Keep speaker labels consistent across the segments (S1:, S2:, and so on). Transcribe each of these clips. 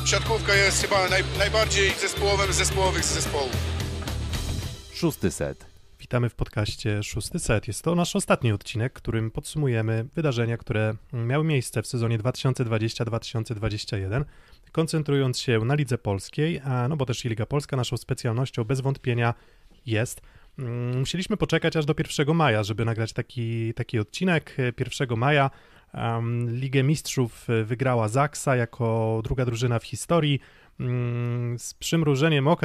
S1: siatkówka jest chyba najbardziej zespołowym z zespołów.
S2: Szósty set.
S3: Witamy w podcaście Szósty Set. Jest to nasz ostatni odcinek, którym podsumujemy wydarzenia, które miały miejsce w sezonie 2020-2021, koncentrując się na Lidze Polskiej, no bo też i Liga Polska naszą specjalnością bez wątpienia jest. Musieliśmy poczekać aż do 1 maja, żeby nagrać taki odcinek. 1 maja Ligę Mistrzów wygrała Zaksa jako druga drużyna w historii. Z przymrużeniem oka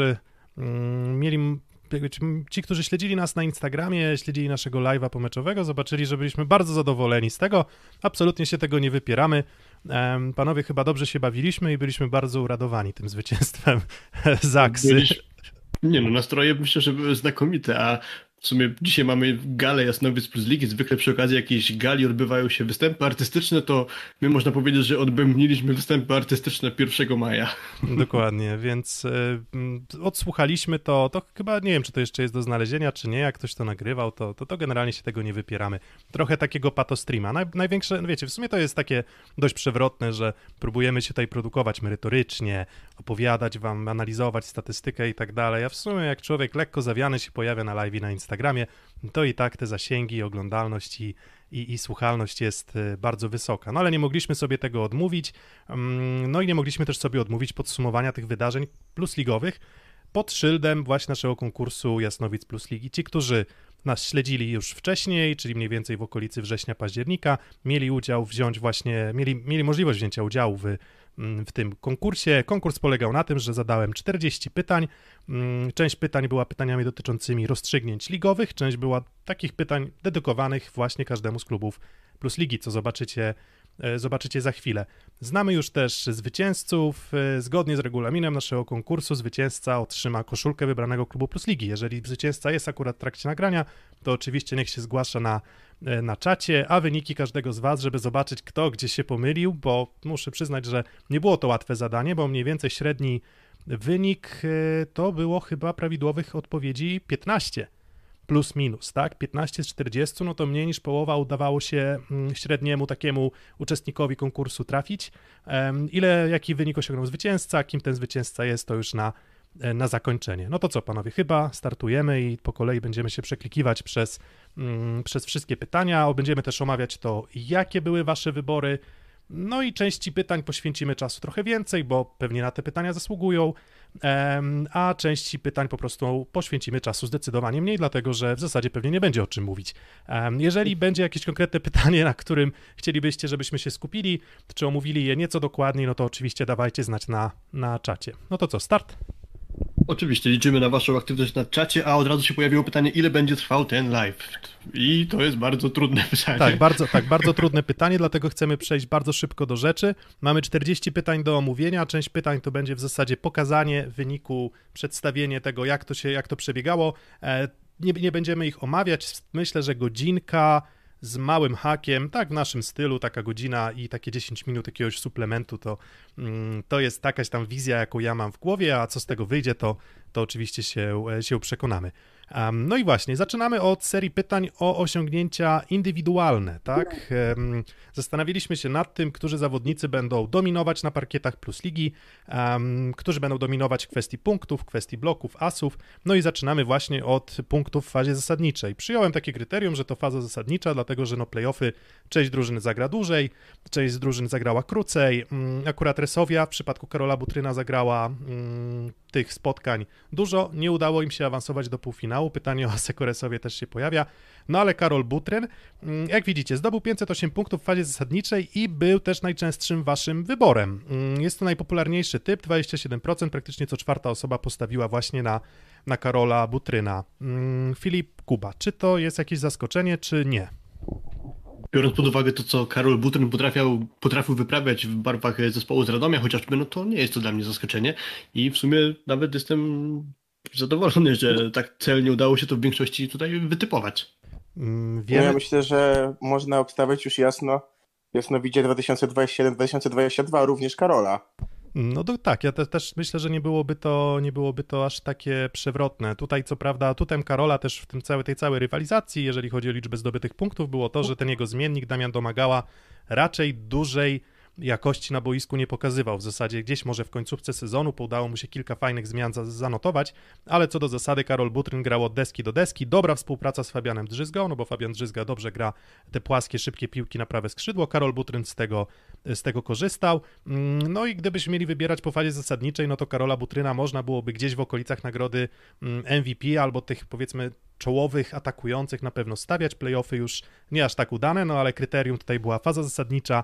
S3: ci, którzy śledzili nas na Instagramie, śledzili naszego live'a pomeczowego, zobaczyli, że byliśmy bardzo zadowoleni z tego. Absolutnie się tego nie wypieramy. Panowie, chyba dobrze się bawiliśmy i byliśmy bardzo uradowani tym zwycięstwem Zaksy.
S4: Nastroje myślę, że były znakomite, a w sumie dzisiaj mamy galę Jasnowic plus Ligi, zwykle przy okazji jakiejś gali odbywają się występy artystyczne, to my można powiedzieć, że odbębniliśmy występy artystyczne 1 maja.
S3: Dokładnie, więc odsłuchaliśmy to chyba, nie wiem, czy to jeszcze jest do znalezienia, czy nie, jak ktoś to nagrywał, to generalnie się tego nie wypieramy. Trochę takiego patostreama. Największe, wiecie, w sumie to jest takie dość przewrotne, że próbujemy się tutaj produkować merytorycznie, opowiadać wam, analizować statystykę i tak dalej, a w sumie jak człowiek lekko zawiany się pojawia na live'ie na Instagramie, to i tak te zasięgi, oglądalność i słuchalność jest bardzo wysoka. No ale nie mogliśmy sobie tego odmówić, no i nie mogliśmy też sobie odmówić podsumowania tych wydarzeń plus ligowych pod szyldem właśnie naszego konkursu Jasnowic plus Ligi. Ci, którzy nas śledzili już wcześniej, czyli mniej więcej w okolicy września, października, mieli możliwość wzięcia udziału w tym konkursie. Konkurs polegał na tym, że zadałem 40 pytań. Część pytań była pytaniami dotyczącymi rozstrzygnięć ligowych, część była takich pytań dedykowanych właśnie każdemu z klubów plus ligi, co zobaczycie za chwilę. Znamy już też zwycięzców. Zgodnie z regulaminem naszego konkursu zwycięzca otrzyma koszulkę wybranego klubu plus ligi. Jeżeli zwycięzca jest akurat w trakcie nagrania, to oczywiście niech się zgłasza na czacie, a wyniki każdego z was, żeby zobaczyć, kto gdzie się pomylił, bo muszę przyznać, że nie było to łatwe zadanie, bo mniej więcej średni wynik to było chyba prawidłowych odpowiedzi 15. Plus minus, tak? 15 z 40, no to mniej niż połowa udawało się średniemu takiemu uczestnikowi konkursu trafić. Jaki wynik osiągnął zwycięzca, kim ten zwycięzca jest, to już na zakończenie. No to co, panowie, chyba startujemy i po kolei będziemy się przeklikiwać przez wszystkie pytania. Będziemy też omawiać to, jakie były wasze wybory. No i części pytań poświęcimy czasu trochę więcej, bo pewnie na te pytania zasługują, a części pytań po prostu poświęcimy czasu zdecydowanie mniej, dlatego że w zasadzie pewnie nie będzie o czym mówić. Jeżeli będzie jakieś konkretne pytanie, na którym chcielibyście, żebyśmy się skupili, czy omówili je nieco dokładniej, no to oczywiście dawajcie znać na czacie. No to co, start?
S4: Oczywiście, liczymy na waszą aktywność na czacie, a od razu się pojawiło pytanie, ile będzie trwał ten live? I to jest bardzo trudne pytanie.
S3: Bardzo trudne pytanie, dlatego chcemy przejść bardzo szybko do rzeczy. Mamy 40 pytań do omówienia, część pytań to będzie w zasadzie pokazanie wyniku, przedstawienie tego, jak to przebiegało. Nie będziemy ich omawiać, myślę, że godzinka z małym hakiem, tak w naszym stylu, taka godzina i takie 10 minut jakiegoś suplementu, to jest jakaś tam wizja, jaką ja mam w głowie, a co z tego wyjdzie, to oczywiście się przekonamy. No i właśnie, zaczynamy od serii pytań o osiągnięcia indywidualne, tak? Zastanawialiśmy się nad tym, którzy zawodnicy będą dominować na parkietach plus ligi, którzy będą dominować w kwestii punktów, w kwestii bloków, asów, no i zaczynamy właśnie od punktów w fazie zasadniczej. Przyjąłem takie kryterium, że to faza zasadnicza, dlatego że play-offy, część drużyn zagra dłużej, część z drużyn zagrała krócej, akurat Resowia w przypadku Karola Butryna zagrała tych spotkań dużo, nie udało im się awansować do półfinału, pytanie o Asseco Resowie też się pojawia, no ale Karol Butryn, jak widzicie, zdobył 508 punktów w fazie zasadniczej i był też najczęstszym waszym wyborem. Jest to najpopularniejszy typ, 27%, praktycznie co czwarta osoba postawiła właśnie na Karola Butryna. Filip, Kuba, czy to jest jakieś zaskoczenie, czy nie?
S4: Biorąc pod uwagę to, co Karol Butryn potrafił wyprawiać w barwach zespołu z Radomia chociażby, no to nie jest to dla mnie zaskoczenie i w sumie nawet jestem zadowolony, że tak celnie udało się to w większości tutaj wytypować.
S5: Ja myślę, że można obstawiać już jasnowidzie 2021-2022 również Karola.
S3: No to tak, ja też myślę, że nie byłoby to aż takie przewrotne. Tutaj co prawda atutem Karola też w tej całej rywalizacji, jeżeli chodzi o liczbę zdobytych punktów, było to, że ten jego zmiennik Damian Domagała raczej dłużej jakości na boisku nie pokazywał. W zasadzie gdzieś może w końcówce sezonu udało mu się kilka fajnych zmian zanotować, ale co do zasady Karol Butryn grał od deski do deski. Dobra współpraca z Fabianem Drzyzgą, no bo Fabian Drzyzga dobrze gra te płaskie, szybkie piłki na prawe skrzydło. Karol Butryn z tego korzystał. No i gdybyśmy mieli wybierać po fazie zasadniczej, no to Karola Butryna można byłoby gdzieś w okolicach nagrody MVP albo tych, powiedzmy, czołowych, atakujących na pewno stawiać. Play-offy już nie aż tak udane, no ale kryterium tutaj była faza zasadnicza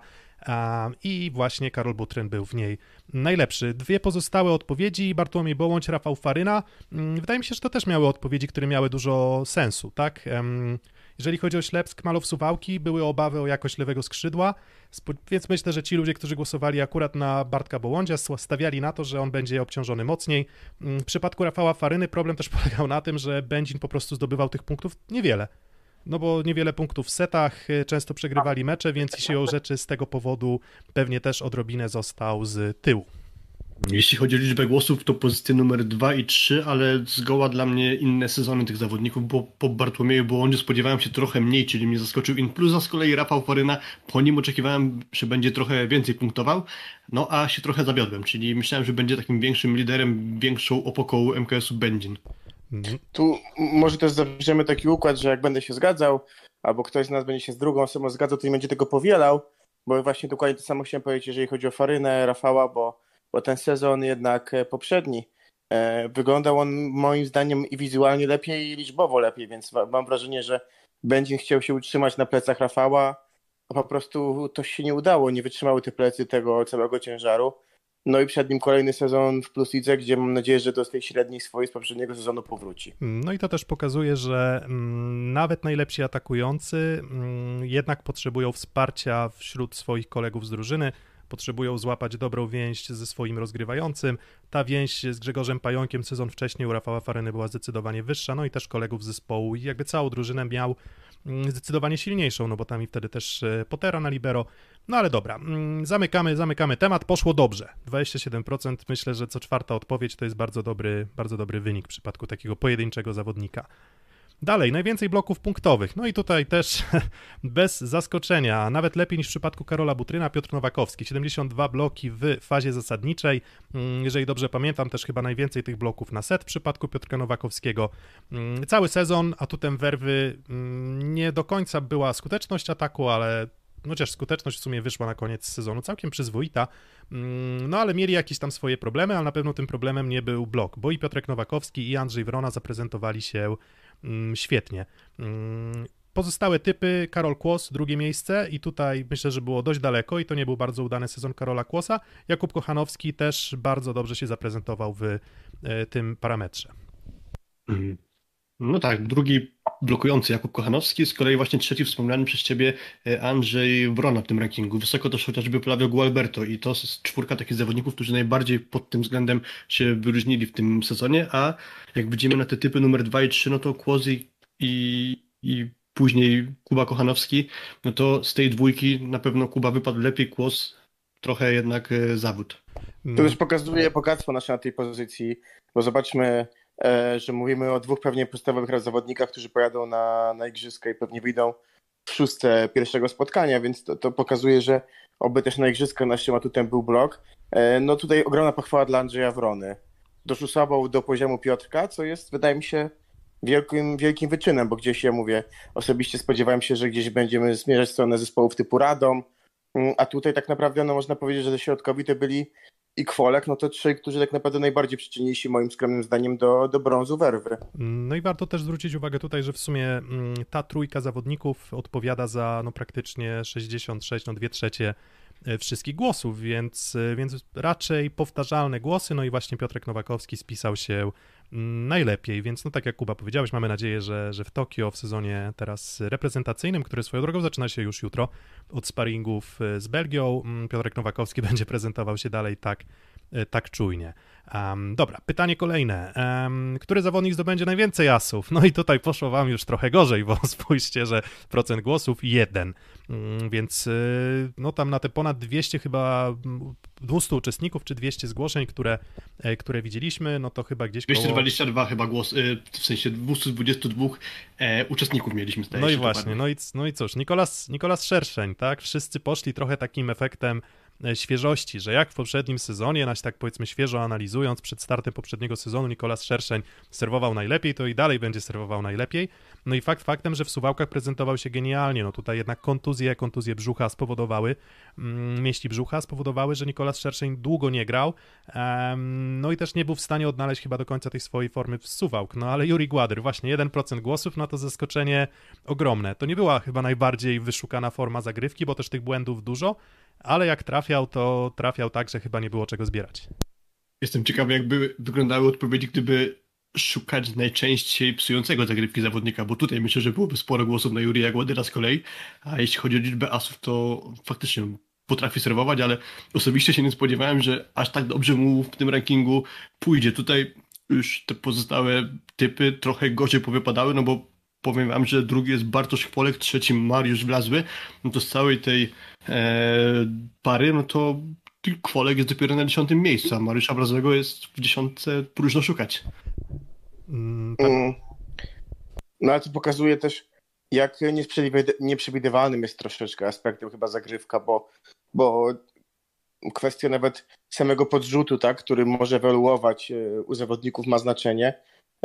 S3: i właśnie Karol Butryn był w niej najlepszy. Dwie pozostałe odpowiedzi, Bartłomiej Bołądź, Rafał Faryna. Wydaje mi się, że to też miały odpowiedzi, które miały dużo sensu, tak? Jeżeli chodzi o Ślepsk, Malow, Suwałki, były obawy o jakość lewego skrzydła, więc myślę, że ci ludzie, którzy głosowali akurat na Bartka Bołądzia, stawiali na to, że on będzie obciążony mocniej. W przypadku Rafała Faryny problem też polegał na tym, że Będzin po prostu zdobywał tych punktów niewiele. No bo niewiele punktów w setach, często przegrywali mecze, więc siłą rzeczy z tego powodu pewnie też odrobinę został z tyłu.
S4: Jeśli chodzi o liczbę głosów, to pozycje numer 2 i 3, ale zgoła dla mnie inne sezony tych zawodników, bo po Bartłomieju Bołądziu spodziewałem się trochę mniej, czyli mnie zaskoczył Inplusa, z kolei Rafał Faryna, po nim oczekiwałem, że będzie trochę więcej punktował, no a się trochę zawiodłem, czyli myślałem, że będzie takim większym liderem, większą opoką MKS-u Będzin.
S5: Tu może też zabierzemy taki układ, że jak będę się zgadzał, albo ktoś z nas będzie się z drugą osobą zgadzał, to nie będzie tego powielał, bo właśnie dokładnie to samo chciałem powiedzieć, jeżeli chodzi o Farynę, Rafała, bo ten sezon jednak poprzedni wyglądał on moim zdaniem i wizualnie lepiej, i liczbowo lepiej, więc mam wrażenie, że Będzin chciał się utrzymać na plecach Rafała, a po prostu to się nie udało, nie wytrzymały te plecy tego całego ciężaru. No i przed nim kolejny sezon w Plus Lidze, gdzie mam nadzieję, że do tej średniej swojej z poprzedniego sezonu powróci.
S3: No i to też pokazuje, że nawet najlepsi atakujący jednak potrzebują wsparcia wśród swoich kolegów z drużyny, potrzebują złapać dobrą więź ze swoim rozgrywającym. Ta więź z Grzegorzem Pająkiem sezon wcześniej u Rafała Faryny była zdecydowanie wyższa, no i też kolegów z zespołu i jakby całą drużynę miał zdecydowanie silniejszą, no bo tam i wtedy też Potera na libero. No ale dobra, zamykamy temat, poszło dobrze. 27%, myślę, że co czwarta odpowiedź to jest bardzo dobry wynik w przypadku takiego pojedynczego zawodnika. Dalej, najwięcej bloków punktowych. No i tutaj też bez zaskoczenia, nawet lepiej niż w przypadku Karola Butryna, Piotr Nowakowski. 72 bloki w fazie zasadniczej. Jeżeli dobrze pamiętam, też chyba najwięcej tych bloków na set w przypadku Piotrka Nowakowskiego. Cały sezon atutem Werwy nie do końca była skuteczność ataku, ale chociaż skuteczność w sumie wyszła na koniec sezonu całkiem przyzwoita, no ale mieli jakieś tam swoje problemy, ale na pewno tym problemem nie był blok, bo i Piotrek Nowakowski i Andrzej Wrona zaprezentowali się świetnie. Pozostałe typy, Karol Kłos, drugie miejsce i tutaj myślę, że było dość daleko i to nie był bardzo udany sezon Karola Kłosa. Jakub Kochanowski też bardzo dobrze się zaprezentował w tym parametrze.
S4: No tak, drugi blokujący Jakub Kochanowski, z kolei właśnie trzeci wspomniany przez ciebie Andrzej Wrona w tym rankingu. Wysoko też chociażby Flavio Gualberto i to jest czwórka takich zawodników, którzy najbardziej pod tym względem się wyróżnili w tym sezonie, a jak widzimy na te typy numer 2 i 3, no to Kłozy i później Kuba Kochanowski, no to z tej dwójki na pewno Kuba wypadł lepiej, Kłos trochę jednak zawód.
S5: To już pokazuje bogactwo nasze na tej pozycji, bo zobaczmy, że mówimy o dwóch pewnie podstawowych zawodnikach, którzy pojadą na igrzyska i pewnie wyjdą w szóstce pierwszego spotkania, więc to pokazuje, że oby też na igrzyskach naszym atutem był blok. No tutaj ogromna pochwała dla Andrzeja Wrony. Doszusował do poziomu Piotrka, co jest, wydaje mi się, wielkim wyczynem, bo gdzieś, ja mówię, osobiście spodziewałem się, że gdzieś będziemy zmierzać w stronę zespołów typu Radom, a tutaj tak naprawdę no, można powiedzieć, że te środkowi to byli i Kwolek, no to trzej, którzy tak naprawdę najbardziej przyczynili się moim skromnym zdaniem do brązu Werwy.
S3: No i warto też zwrócić uwagę tutaj, że w sumie ta trójka zawodników odpowiada za no praktycznie 66, no 2/3 wszystkich głosów, więc raczej powtarzalne głosy, no i właśnie Piotrek Nowakowski spisał się najlepiej, więc no tak jak Kuba powiedziałeś, mamy nadzieję, że w Tokio w sezonie teraz reprezentacyjnym, który swoją drogą zaczyna się już jutro od sparingów z Belgią, Piotrek Nowakowski będzie prezentował się dalej tak czujnie. Dobra, pytanie kolejne. Który zawodnik zdobędzie najwięcej asów? No i tutaj poszło wam już trochę gorzej, bo spójrzcie, że procent głosów 1. Więc no tam na te ponad 200 chyba 200 uczestników, czy 200 zgłoszeń, które widzieliśmy, no to chyba gdzieś
S4: 222 chyba głos, w sensie 222 uczestników mieliśmy.
S3: No i właśnie, no i cóż, Nikolas Szerszeń, tak? Wszyscy poszli trochę takim efektem świeżości, że jak w poprzednim sezonie, tak powiedzmy świeżo analizując, przed startem poprzedniego sezonu Nicolas Szerszeń serwował najlepiej, to i dalej będzie serwował najlepiej. No i fakt faktem, że w Suwałkach prezentował się genialnie. No tutaj jednak kontuzje brzucha spowodowały, mieści brzucha spowodowały, że Nicolas Szerszeń długo nie grał. No i też nie był w stanie odnaleźć chyba do końca tej swojej formy w Suwałk. No ale Juri Gładyr, właśnie 1% głosów, no to zaskoczenie ogromne. To nie była chyba najbardziej wyszukana forma zagrywki, bo też tych błędów dużo, ale jak trafiał, to trafiał tak, że chyba nie było czego zbierać.
S4: Jestem ciekawy, jakby wyglądały odpowiedzi, gdyby szukać najczęściej psującego zagrywki zawodnika, bo tutaj myślę, że byłoby sporo głosów na Jurija Gładyra z kolei, a jeśli chodzi o liczbę asów, to faktycznie potrafi serwować, ale osobiście się nie spodziewałem, że aż tak dobrze mu w tym rankingu pójdzie. Tutaj już te pozostałe typy trochę gorzej powypadały, no bo powiem wam, że drugi jest Bartosz Chwolek, trzeci Mariusz Wlazły, no to z całej tej pary, no to Chwolek jest dopiero na 10. miejscu, a Mariusza Wlazłego jest w 10. próżno szukać.
S3: Tak.
S5: No ale to pokazuje też, jak nieprzewidywalnym jest troszeczkę aspektem chyba zagrywka, bo kwestia nawet samego podrzutu, tak, który może ewoluować u zawodników, ma znaczenie.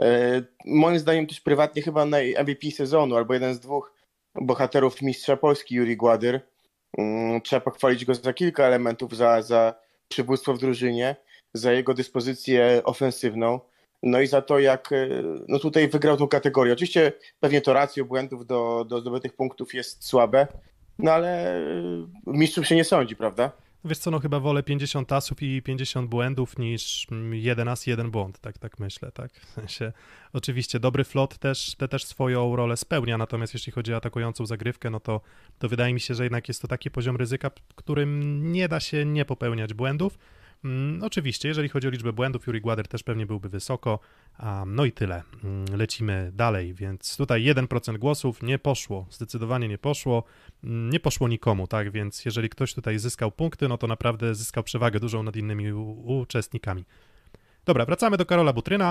S5: Moim zdaniem też prywatnie chyba MVP sezonu, albo jeden z dwóch bohaterów mistrza Polski, Juri Gładyr. Trzeba pochwalić go za kilka elementów, za przywództwo w drużynie, za jego dyspozycję ofensywną, no i za to, jak no tutaj wygrał tą kategorię. Oczywiście pewnie to ratio błędów do zdobytych punktów jest słabe, no ale mistrzów się nie sądzi, prawda?
S3: Wiesz co, no chyba wolę 50 asów i 50 błędów niż 1 as, 1 błąd, tak myślę, tak? W sensie, oczywiście dobry flot też swoją rolę spełnia, natomiast jeśli chodzi o atakującą zagrywkę, no to wydaje mi się, że jednak jest to taki poziom ryzyka, którym nie da się nie popełniać błędów. Oczywiście, jeżeli chodzi o liczbę błędów, Juri Gładyr też pewnie byłby wysoko, no i tyle. Lecimy dalej, więc tutaj 1% głosów nie poszło, zdecydowanie nie poszło nikomu, tak, więc jeżeli ktoś tutaj zyskał punkty, no to naprawdę zyskał przewagę dużą nad innymi uczestnikami. Dobra, wracamy do Karola Butryna,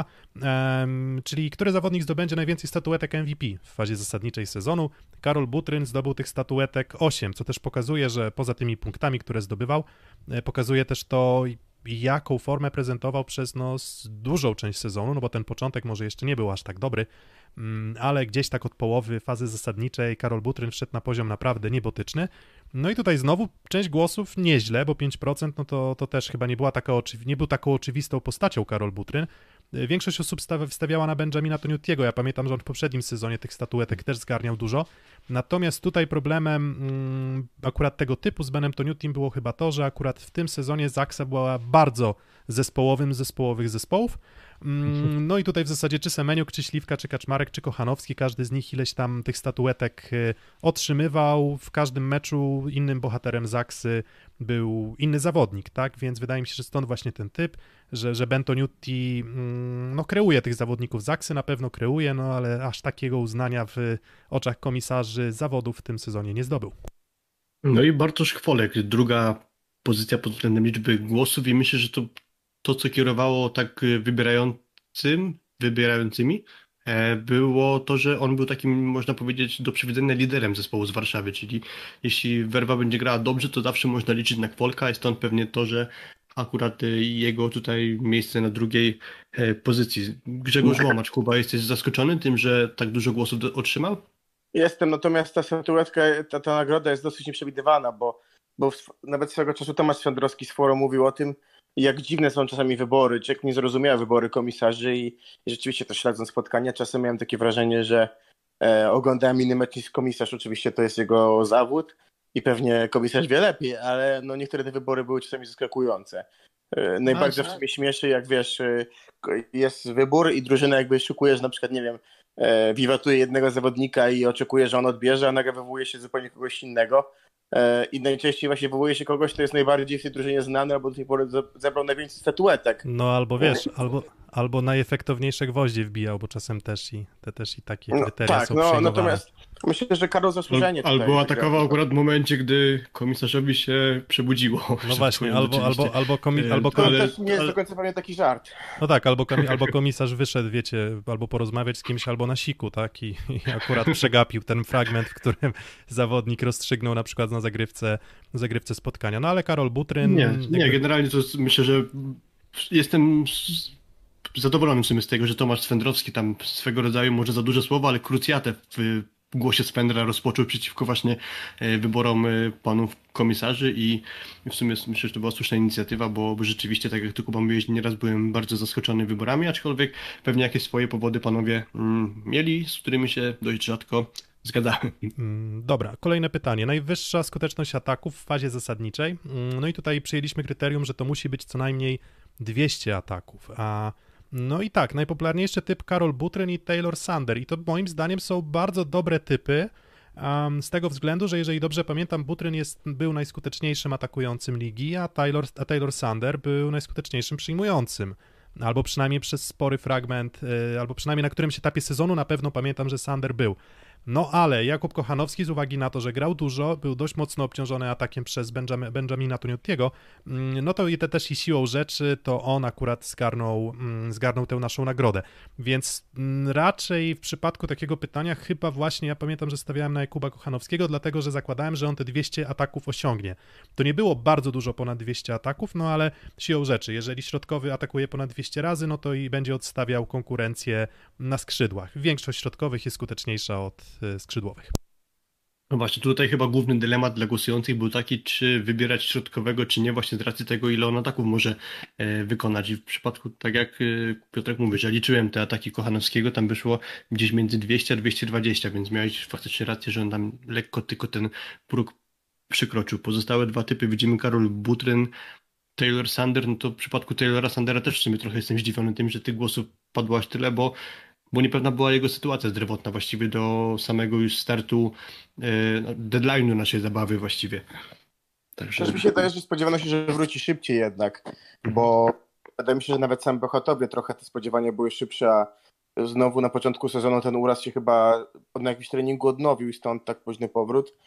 S3: czyli który zawodnik zdobędzie najwięcej statuetek MVP w fazie zasadniczej sezonu. Karol Butryn zdobył tych statuetek 8, co też pokazuje, że poza tymi punktami, które zdobywał, pokazuje też to, jaką formę prezentował przez dużą część sezonu, no bo ten początek może jeszcze nie był aż tak dobry, ale gdzieś tak od połowy fazy zasadniczej Karol Butryn wszedł na poziom naprawdę niebotyczny. No i tutaj znowu część głosów nieźle, bo 5%, no to też chyba nie był taką oczywistą postacią Karol Butryn. Większość osób wstawiała na Benjamina Toniutiego. Ja pamiętam, że on w poprzednim sezonie tych statuetek też zgarniał dużo. Natomiast tutaj problemem akurat tego typu z Benem Toniutim było chyba to, że akurat w tym sezonie Zaksa była bardzo zespołowych zespołów. No i tutaj w zasadzie czy Semeniuk, czy Śliwka, czy Kaczmarek, czy Kochanowski, każdy z nich ileś tam tych statuetek otrzymywał. W każdym meczu innym bohaterem Zaksy był inny zawodnik, tak? Więc wydaje mi się, że stąd właśnie ten typ, że Ben Toniutti kreuje tych zawodników Zaksy, na pewno kreuje, no ale aż takiego uznania w oczach komisarzy zawodów w tym sezonie nie zdobył.
S4: No i Bartosz Chwolek, druga pozycja pod względem liczby głosów i myślę, że to co kierowało tak wybierającymi, było to, że on był takim, można powiedzieć, do przewidzenia liderem zespołu z Warszawy, czyli jeśli Werwa będzie grała dobrze, to zawsze można liczyć na Chwolka i stąd pewnie to, że akurat jego tutaj miejsce na drugiej pozycji. Grzegorz Łomacz, Kuba, jesteś zaskoczony tym, że tak dużo głosów otrzymał?
S5: Jestem, natomiast ta statuetka, ta nagroda jest dosyć nieprzewidywana, bo nawet swego czasu Tomasz Swędrowski z forum mówił o tym, jak dziwne są czasami wybory, czy jak niezrozumiałe wybory komisarzy i rzeczywiście to śledząc spotkania, czasem miałem takie wrażenie, że oglądałem inny mecz niż komisarz, oczywiście to jest jego zawód i pewnie komisarz wie lepiej, ale no niektóre te wybory były czasami zaskakujące. Najbardziej w sobie śmieszy, jak wiesz, jest wybór i drużyna jakby szukuje, że na przykład, nie wiem, wiwatuje jednego zawodnika i oczekuje, że on odbierze, a nagle wywołuje się zupełnie kogoś innego. I najczęściej właśnie wywołuje się kogoś, kto jest najbardziej w tej drużynie znany, albo do tej pory zebrał najwięcej statuetek.
S3: No albo wiesz, albo najefektowniejsze gwoździe wbijał, bo czasem też i takie kryteria są przyjmowane.
S5: Natomiast Myślę, że Karol zasłużenie tutaj
S4: Albo
S5: wygrał.
S4: atakował akurat w momencie, gdy komisarzowi się przebudziło.
S3: No właśnie, albo
S5: To też nie jest do końca pewnie taki żart.
S3: no tak, albo komisarz wyszedł, wiecie, albo porozmawiać z kimś, albo na siku, tak? I akurat przegapił ten fragment, w którym zawodnik rozstrzygnął na przykład na zagrywce spotkania. No ale Karol Butryn...
S4: Nie, generalnie to myślę, że jestem zadowolony w sumie z tego, że Tomasz Swędrowski tam swego rodzaju może za duże słowa, ale krucjatę w głosie Swędra rozpoczął przeciwko właśnie wyborom panów komisarzy i w sumie myślę, że to była słuszna inicjatywa, bo rzeczywiście, tak jak ty, Kuba, mówiłeś, nieraz byłem bardzo zaskoczony wyborami, aczkolwiek pewnie jakieś swoje powody panowie mieli, z którymi się dość rzadko zgadzałem.
S3: Dobra, kolejne pytanie. Najwyższa skuteczność ataków w fazie zasadniczej. No i tutaj przyjęliśmy kryterium, że to musi być co najmniej 200 ataków, no i tak, najpopularniejszy typ Karol Butryn i Taylor Sander i to moim zdaniem są bardzo dobre typy, z tego względu, że jeżeli dobrze pamiętam, Butryn był najskuteczniejszym atakującym ligi, a Taylor Sander był najskuteczniejszym przyjmującym. Albo przynajmniej przez spory fragment, albo przynajmniej na którymś etapie sezonu na pewno pamiętam, że Sander był. No ale Jakub Kochanowski z uwagi na to, że grał dużo, był dość mocno obciążony atakiem przez Benjamina Toniottiego, no to i też i siłą rzeczy to on akurat zgarnął tę naszą nagrodę. Więc raczej w przypadku takiego pytania chyba właśnie ja pamiętam, że stawiałem na Jakuba Kochanowskiego, dlatego że zakładałem, że on te 200 ataków osiągnie. To nie było bardzo dużo ponad 200 ataków, no ale siłą rzeczy, jeżeli środkowy atakuje ponad 200 razy, no to i będzie odstawiał konkurencję na skrzydłach. Większość środkowych jest skuteczniejsza od skrzydłowych.
S4: No właśnie, tutaj chyba główny dylemat dla głosujących był taki, czy wybierać środkowego, czy nie, właśnie z racji tego, ile on ataków może wykonać. I w przypadku, tak jak Piotrek mówi, że liczyłem te ataki Kochanowskiego, tam wyszło gdzieś między 200 a 220, więc miałeś faktycznie rację, że on tam lekko tylko ten próg przykroczył. Pozostałe dwa typy widzimy: Karol Butryn, Taylor Sander. No to w przypadku Taylora Sandera też w sumie trochę jestem zdziwiony tym, że tych głosów padło aż tyle, bo niepewna była jego sytuacja zdrowotna właściwie do samego już startu deadline'u naszej zabawy właściwie. Także...
S5: Też mi się daje, że spodziewano się, że wróci szybciej jednak, bo wydaje mi się, że nawet sam Bechotowie trochę te spodziewania były szybsze, a znowu na początku sezonu ten uraz się chyba na jakimś treningu odnowił i stąd tak późny powrót.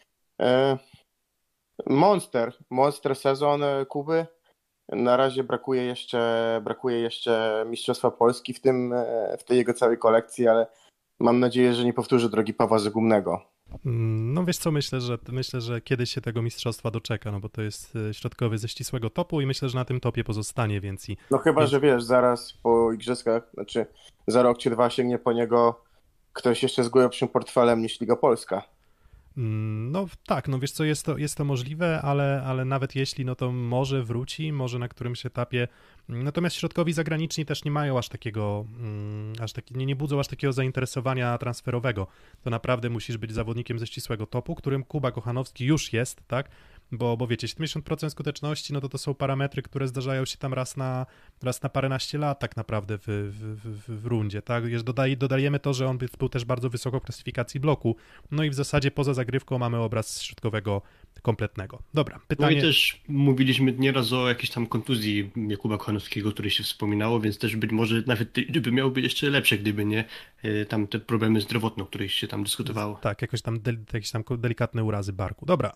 S5: Monster sezon Kuby. Na razie brakuje jeszcze Mistrzostwa Polski w tej jego całej kolekcji, ale mam nadzieję, że nie powtórzy drogi Pawła Zagumnego.
S3: No wiesz co, myślę, że kiedyś się tego mistrzostwa doczeka, no bo to jest środkowy ze ścisłego topu i myślę, że na tym topie pozostanie, więc i...
S5: No chyba, że wiesz, zaraz po igrzyskach, znaczy za rok czy dwa sięgnie po niego ktoś jeszcze z głębszym portfelem niż Liga Polska.
S3: No tak, no wiesz co, jest to możliwe, ale nawet jeśli, no to może wróci, może na którymś etapie, natomiast środkowi zagraniczni też nie mają nie budzą aż takiego zainteresowania transferowego. To naprawdę musisz być zawodnikiem ze ścisłego topu, którym Kuba Kochanowski już jest, tak? Bo wiecie, 70% skuteczności, no to są parametry, które zdarzają się tam raz na paręnaście lat tak naprawdę w rundzie, tak? Dodajemy to, że on był też bardzo wysoko w klasyfikacji bloku, no i w zasadzie poza zagrywką mamy obraz środkowego kompletnego. Dobra, pytanie...
S4: No i też mówiliśmy nieraz o jakiejś tam kontuzji Jakuba Kochanowskiego, o której się wspominało, więc też być może nawet by miało być jeszcze lepsze, gdyby nie tam te problemy zdrowotne, o których się tam dyskutowało.
S3: Tak, jakieś tam delikatne urazy barku. Dobra,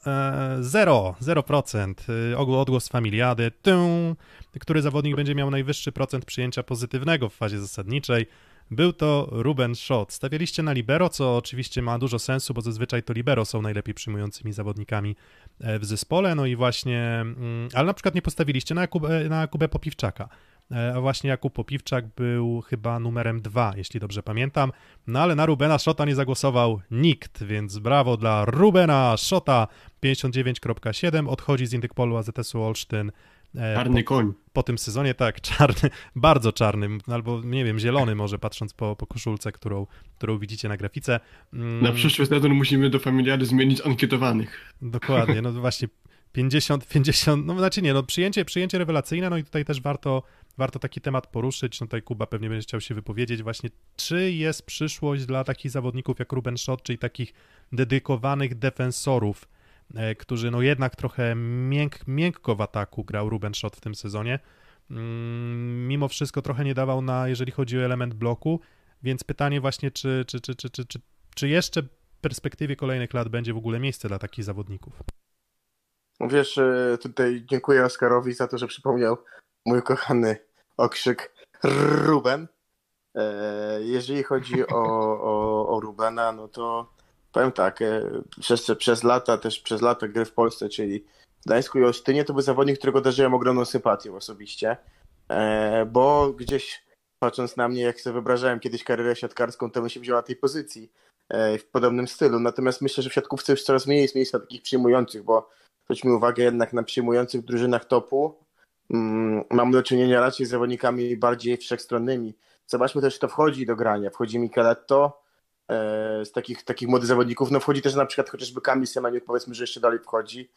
S3: 0%. Odgłos familiady. Który zawodnik będzie miał najwyższy procent przyjęcia pozytywnego w fazie zasadniczej? Był to Ruben Schott. Stawialiście na libero, co oczywiście ma dużo sensu, bo zazwyczaj to libero są najlepiej przyjmującymi zawodnikami w zespole, no i właśnie, ale na przykład nie postawiliście na Jakubę Popiwczaka. A właśnie Jakub Popiwczak był chyba numerem 2, jeśli dobrze pamiętam, no ale na Rubena Schotta nie zagłosował nikt, więc brawo dla Rubena Schotta. 59,7 odchodzi z Indykpolu AZS-u Olsztyn.
S4: Czarny koń.
S3: Po tym sezonie, tak, czarny, bardzo czarny, albo nie wiem, zielony może, patrząc po koszulce, którą widzicie na grafice.
S4: Na przyszły sezon musimy do familiady zmienić ankietowanych.
S3: Dokładnie, no właśnie 50, no znaczy nie, no przyjęcie rewelacyjne, no i tutaj też warto taki temat poruszyć, no tutaj Kuba pewnie będzie chciał się wypowiedzieć właśnie, czy jest przyszłość dla takich zawodników jak Ruben Schott, czyli takich dedykowanych defensorów, którzy no jednak trochę miękko w ataku grał Ruben Schott w tym sezonie. Mimo wszystko trochę nie dawał jeżeli chodzi o element bloku, więc pytanie właśnie, czy jeszcze perspektywie kolejnych lat będzie w ogóle miejsce dla takich zawodników?
S5: Wiesz, tutaj dziękuję Oskarowi za to, że przypomniał mój kochany okrzyk Ruben. Jeżeli chodzi o Rubena, no to powiem tak, przez lata gry w Polsce, czyli w Gdańsku i Olsztynie, to był zawodnik, którego darzyłem ogromną sympatią osobiście, bo gdzieś patrząc na mnie, jak sobie wyobrażałem kiedyś karierę siatkarską, to bym się wziął na tej pozycji w podobnym stylu. Natomiast myślę, że w siatkówce już coraz mniej jest miejsca takich przyjmujących, bo zwróćmy uwagę jednak na przyjmujących w drużynach topu. Mamy do czynienia raczej z zawodnikami bardziej wszechstronnymi. Zobaczmy też, kto wchodzi do grania. Wchodzi Micheletto, z takich młodych zawodników. No wchodzi też na przykład chociażby Kamil Semeniuk, powiedzmy, że jeszcze dalej wchodzi.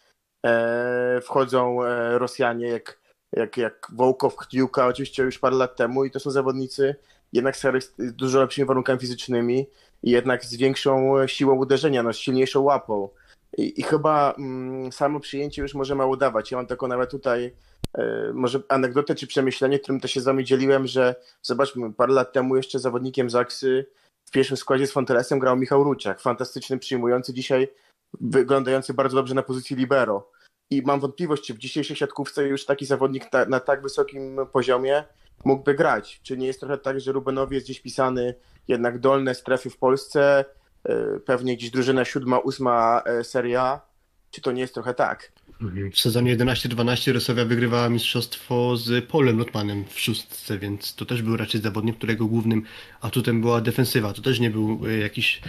S5: Wchodzą Rosjanie jak Wołkow, Ktiuka, oczywiście już parę lat temu i to są zawodnicy jednak z dużo lepszymi warunkami fizycznymi i jednak z większą siłą uderzenia, no, z silniejszą łapą. I chyba samo przyjęcie już może mało dawać. Ja mam taką nawet tutaj może anegdotę czy przemyślenie, którym też się z wami dzieliłem, że zobaczmy, parę lat temu jeszcze zawodnikiem Zaksy w pierwszym składzie z Fontelesem grał Michał Ruciak, fantastyczny przyjmujący, dzisiaj wyglądający bardzo dobrze na pozycji libero. I mam wątpliwość, czy w dzisiejszej siatkówce już taki zawodnik na tak wysokim poziomie mógłby grać. Czy nie jest trochę tak, że Rubenowi jest gdzieś pisany jednak dolne strefy w Polsce, pewnie gdzieś drużyna 7., 8. Serie A? Czy to nie jest trochę tak?
S4: W sezonie 11-12 Resowia wygrywała mistrzostwo z Polem Lotmanem w szóstce, więc to też był raczej zawodnik, którego głównym atutem była defensywa. To też nie był jakiś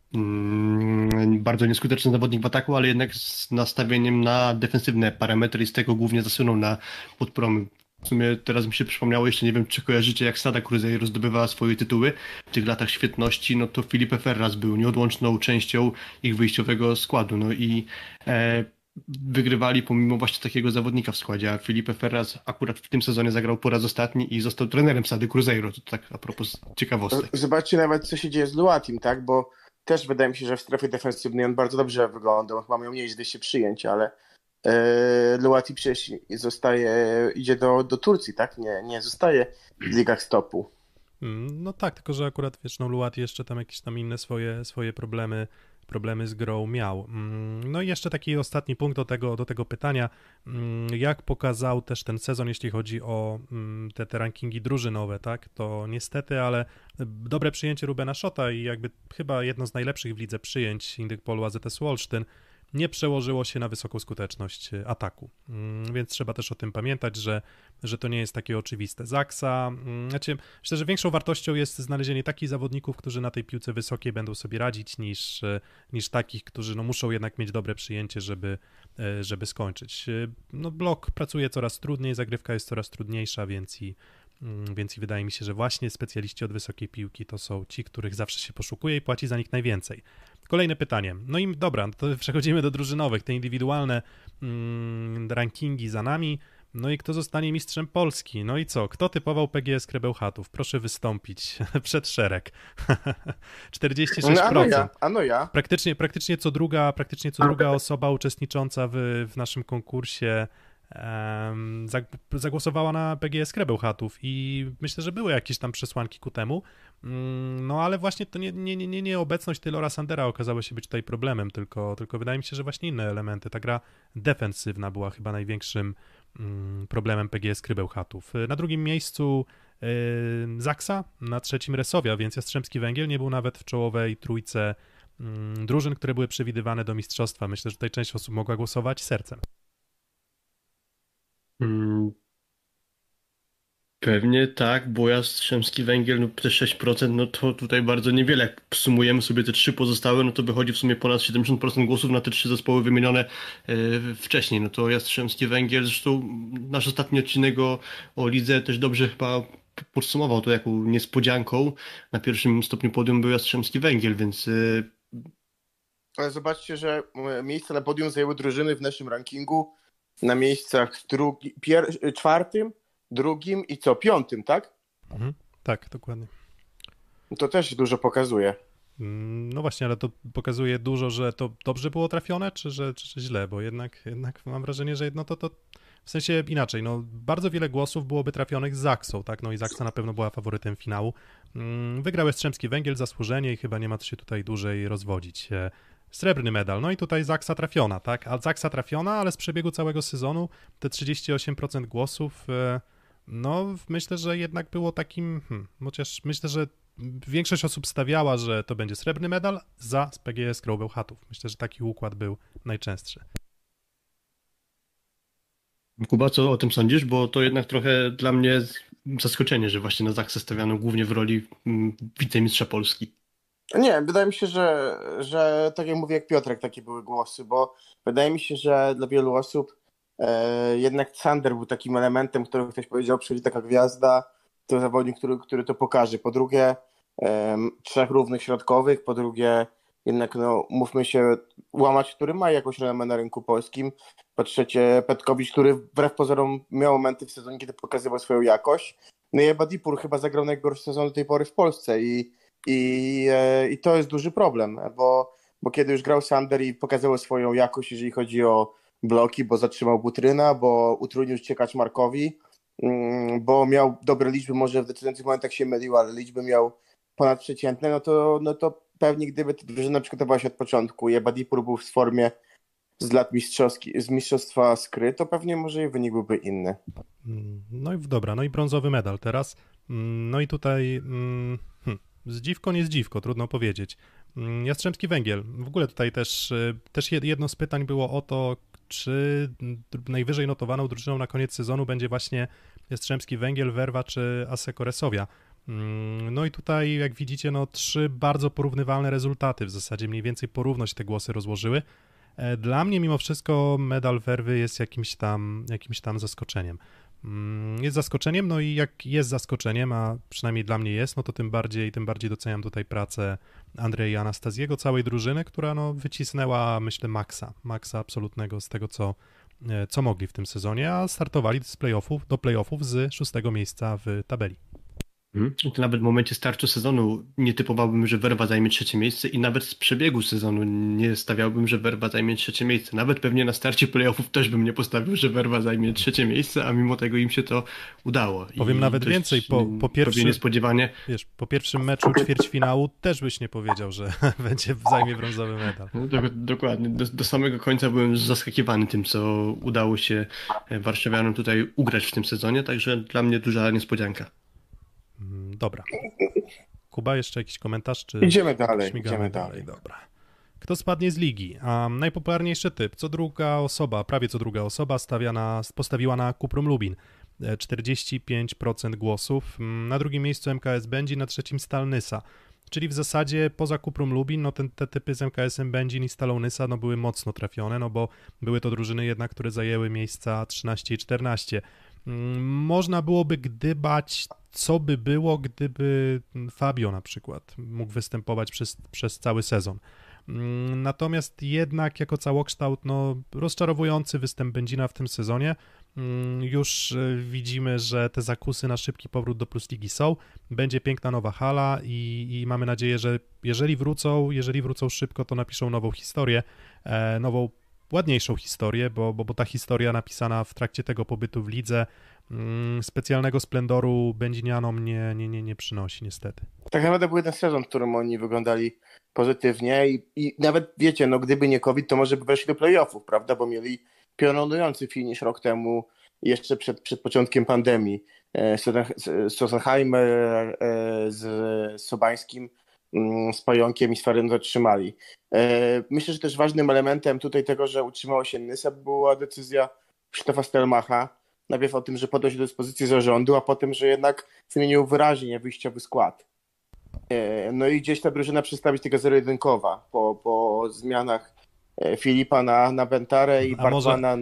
S4: bardzo nieskuteczny zawodnik w ataku, ale jednak z nastawieniem na defensywne parametry i z tego głównie zasłynął na podpromy. W sumie teraz mi się przypomniało, jeszcze nie wiem, czy kojarzycie, jak Sada Cruzeiro zdobywała swoje tytuły w tych latach świetności, no to Felipe Ferraz był nieodłączną częścią ich wyjściowego składu, no i wygrywali pomimo właśnie takiego zawodnika w składzie, a Felipe Ferraz akurat w tym sezonie zagrał po raz ostatni i został trenerem Sady Cruzeiro, to tak a propos ciekawostek.
S5: Zobaczcie nawet, co się dzieje z Luatim, tak, bo też wydaje mi się, że w strefie defensywnej on bardzo dobrze wyglądał, chyba miał mniej się przyjęć, ale Luati przecież idzie do Turcji, tak? Nie zostaje w ligach stopu.
S3: No tak, tylko że akurat wiesz, no Luati jeszcze tam jakieś tam inne swoje problemy z grą miał. No i jeszcze taki ostatni punkt do tego pytania. Jak pokazał też ten sezon, jeśli chodzi o te rankingi drużynowe, tak? To niestety, ale dobre przyjęcie Rubena Szota i jakby chyba jedno z najlepszych w lidze przyjęć Indykpolu AZS Olsztyn nie przełożyło się na wysoką skuteczność ataku. Więc trzeba też o tym pamiętać, że to nie jest takie oczywiste. Zaksa, znaczy, myślę, że większą wartością jest znalezienie takich zawodników, którzy na tej piłce wysokiej będą sobie radzić, niż takich, którzy no, muszą jednak mieć dobre przyjęcie, żeby skończyć. No, blok pracuje coraz trudniej, zagrywka jest coraz trudniejsza, więc i wydaje mi się, że właśnie specjaliści od wysokiej piłki to są ci, których zawsze się poszukuje i płaci za nich najwięcej. Kolejne pytanie. No i dobra, to przechodzimy do drużynowych, te indywidualne rankingi za nami. No i kto zostanie mistrzem Polski? No i co? Kto typował PGS Krebełchatów? Proszę wystąpić przed szereg. 46%.
S5: No ja.
S3: Praktycznie co druga osoba uczestnicząca w naszym konkursie zagłosowała na PGS Krebełchatów i myślę, że były jakieś tam przesłanki ku temu, no ale właśnie to nie obecność Taylora Sandera okazała się być tutaj problemem, tylko wydaje mi się, że właśnie inne elementy, ta gra defensywna była chyba największym problemem PGS Krebełchatów. Na drugim miejscu Zaksa, na trzecim Resowia, więc Jastrzębski Węgiel nie był nawet w czołowej trójce drużyn, które były przewidywane do mistrzostwa. Myślę, że tutaj część osób mogła głosować sercem.
S4: Pewnie tak, bo Jastrzębski Węgiel, no te 6%, no to tutaj bardzo niewiele. Jak sumujemy sobie te 3 pozostałe, no to wychodzi w sumie ponad 70% głosów na te 3 zespoły wymienione wcześniej. No to Jastrzębski Węgiel, zresztą nasz ostatni odcinek o lidze też dobrze chyba podsumował to, jaką niespodzianką na pierwszym stopniu podium był Jastrzębski Węgiel, więc...
S5: Ale zobaczcie, że miejsce na podium zajęły drużyny w naszym rankingu na miejscach czwartym, drugim i piątym, tak?
S3: Tak, dokładnie.
S5: To też dużo pokazuje.
S3: No właśnie, ale to pokazuje dużo, że to dobrze było trafione, czy źle, bo jednak mam wrażenie, że jedno to w sensie inaczej, no bardzo wiele głosów byłoby trafionych z Zaksą, tak, no i Zaksa na pewno była faworytem finału. Wygrał Jastrzębski Węgiel zasłużenie i chyba nie ma co się tutaj dłużej rozwodzić. Srebrny medal, no i tutaj Zaksa trafiona, tak, a Zaksa trafiona, ale z przebiegu całego sezonu te 38% głosów, no myślę, że jednak było takim, chociaż myślę, że większość osób stawiała, że to będzie srebrny medal za z PGS Grow Bełchatów. Myślę, że taki układ był najczęstszy.
S4: Kuba, co o tym sądzisz? Bo to jednak trochę dla mnie zaskoczenie, że właśnie na Zaksę stawiano głównie w roli wicemistrza Polski.
S5: Nie, wydaje mi się, że tak jak mówię, jak Piotrek, takie były głosy, bo wydaje mi się, że dla wielu osób jednak Sander był takim elementem, który ktoś powiedział, przyjdzie taka gwiazda, to zawodnik, który to pokaże. Po drugie, 3 równych środkowych, po drugie, jednak no, mówmy się, Łamacz, który ma jakąś renomę na rynku polskim, po trzecie Petkowicz, który wbrew pozorom miał momenty w sezonie, kiedy pokazywał swoją jakość. No i Ebadipur chyba zagrał najgorszy sezon do tej pory w Polsce i to jest duży problem, bo kiedy już grał Sander i pokazał swoją jakość, jeżeli chodzi o bloki, bo zatrzymał Butryna, bo utrudnił ciekać Markowi, bo miał dobre liczby, może w decydujących momentach się mylił, ale liczby miał ponadprzeciętne, no to pewnie gdyby drużyna przygotowała się od początku i Ebadipur był w formie z lat z mistrzostwa Skry, to pewnie może i wynik byłby inny.
S3: No i dobra, no i brązowy medal teraz. No i tutaj zdziwko, nie zdziwko, trudno powiedzieć. Jastrzębski Węgiel. W ogóle tutaj też jedno z pytań było o to, czy najwyżej notowaną drużyną na koniec sezonu będzie właśnie Jastrzębski Węgiel, Werwa czy Asseco Resovia. No i tutaj, jak widzicie, no 3 bardzo porównywalne rezultaty, w zasadzie mniej więcej porówno się te głosy rozłożyły. Dla mnie mimo wszystko medal Werwy jest jakimś tam zaskoczeniem. Jest zaskoczeniem, no i jak jest zaskoczeniem, a przynajmniej dla mnie jest, no to tym bardziej doceniam tutaj pracę Andrzeja i Anastaziego, całej drużyny, która no wycisnęła, myślę, maksa absolutnego z tego, co mogli w tym sezonie, a startowali do playoffów z 6. miejsca w tabeli.
S4: To nawet w momencie startu sezonu nie typowałbym, że Werwa zajmie 3. miejsce i nawet z przebiegu sezonu nie stawiałbym, że Werwa zajmie 3. miejsce. Nawet pewnie na starcie playoffów też bym nie postawił, że Werwa zajmie 3. miejsce, a mimo tego im się to udało.
S3: Powiem nawet więcej, po pierwszym
S4: niespodziewanie.
S3: Wiesz, po pierwszym meczu ćwierćfinału też byś nie powiedział, że zajmie brązowy medal.
S4: No, dokładnie. Do samego końca byłem zaskakiwany tym, co udało się warszawianom tutaj ugrać w tym sezonie, także dla mnie duża niespodzianka.
S3: Dobra. Kuba, jeszcze jakiś komentarz? Czy
S5: Idziemy dalej.
S3: Dobra. Kto spadnie z ligi? Najpopularniejszy typ. Prawie co druga osoba postawiła na Cuprum Lubin. 45% głosów. Na drugim miejscu MKS Będzin, na trzecim Stal Nysa. Czyli w zasadzie poza Cuprum Lubin, no te typy z MKS-em Będzin i Stalą Nysa no były mocno trafione, no bo były to drużyny jednak, które zajęły miejsca 13 i 14. Można byłoby gdybać, co by było, gdyby Fabio na przykład mógł występować przez cały sezon. Natomiast jednak jako całokształt, no rozczarowujący występ Będzina w tym sezonie. Już widzimy, że te zakusy na szybki powrót do Plus Ligi są. Będzie piękna nowa hala i mamy nadzieję, że jeżeli wrócą szybko, to napiszą nową historię, nową ładniejszą historię, bo ta historia napisana w trakcie tego pobytu w lidze specjalnego splendoru będzinianom nie przynosi niestety.
S5: Tak naprawdę był jeden sezon, w którym oni wyglądali pozytywnie i nawet wiecie, no gdyby nie COVID, to może by weszli do playoffów, prawda, bo mieli piorunujący finish rok temu, jeszcze przed początkiem pandemii. Sossenheimer z Sobańskim, z Pająkiem i z Farem zatrzymali. Myślę, że też ważnym elementem tutaj tego, że utrzymało się Nysa, była decyzja Krzysztofa Stelmacha, najpierw o tym, że podał się do dyspozycji zarządu, a potem, że jednak zmienił wyraźnie wyjściowy skład. No i gdzieś ta drużyna przedstawić tego zero-jedynkowa po zmianach Filipa na Bentarę i Bartmana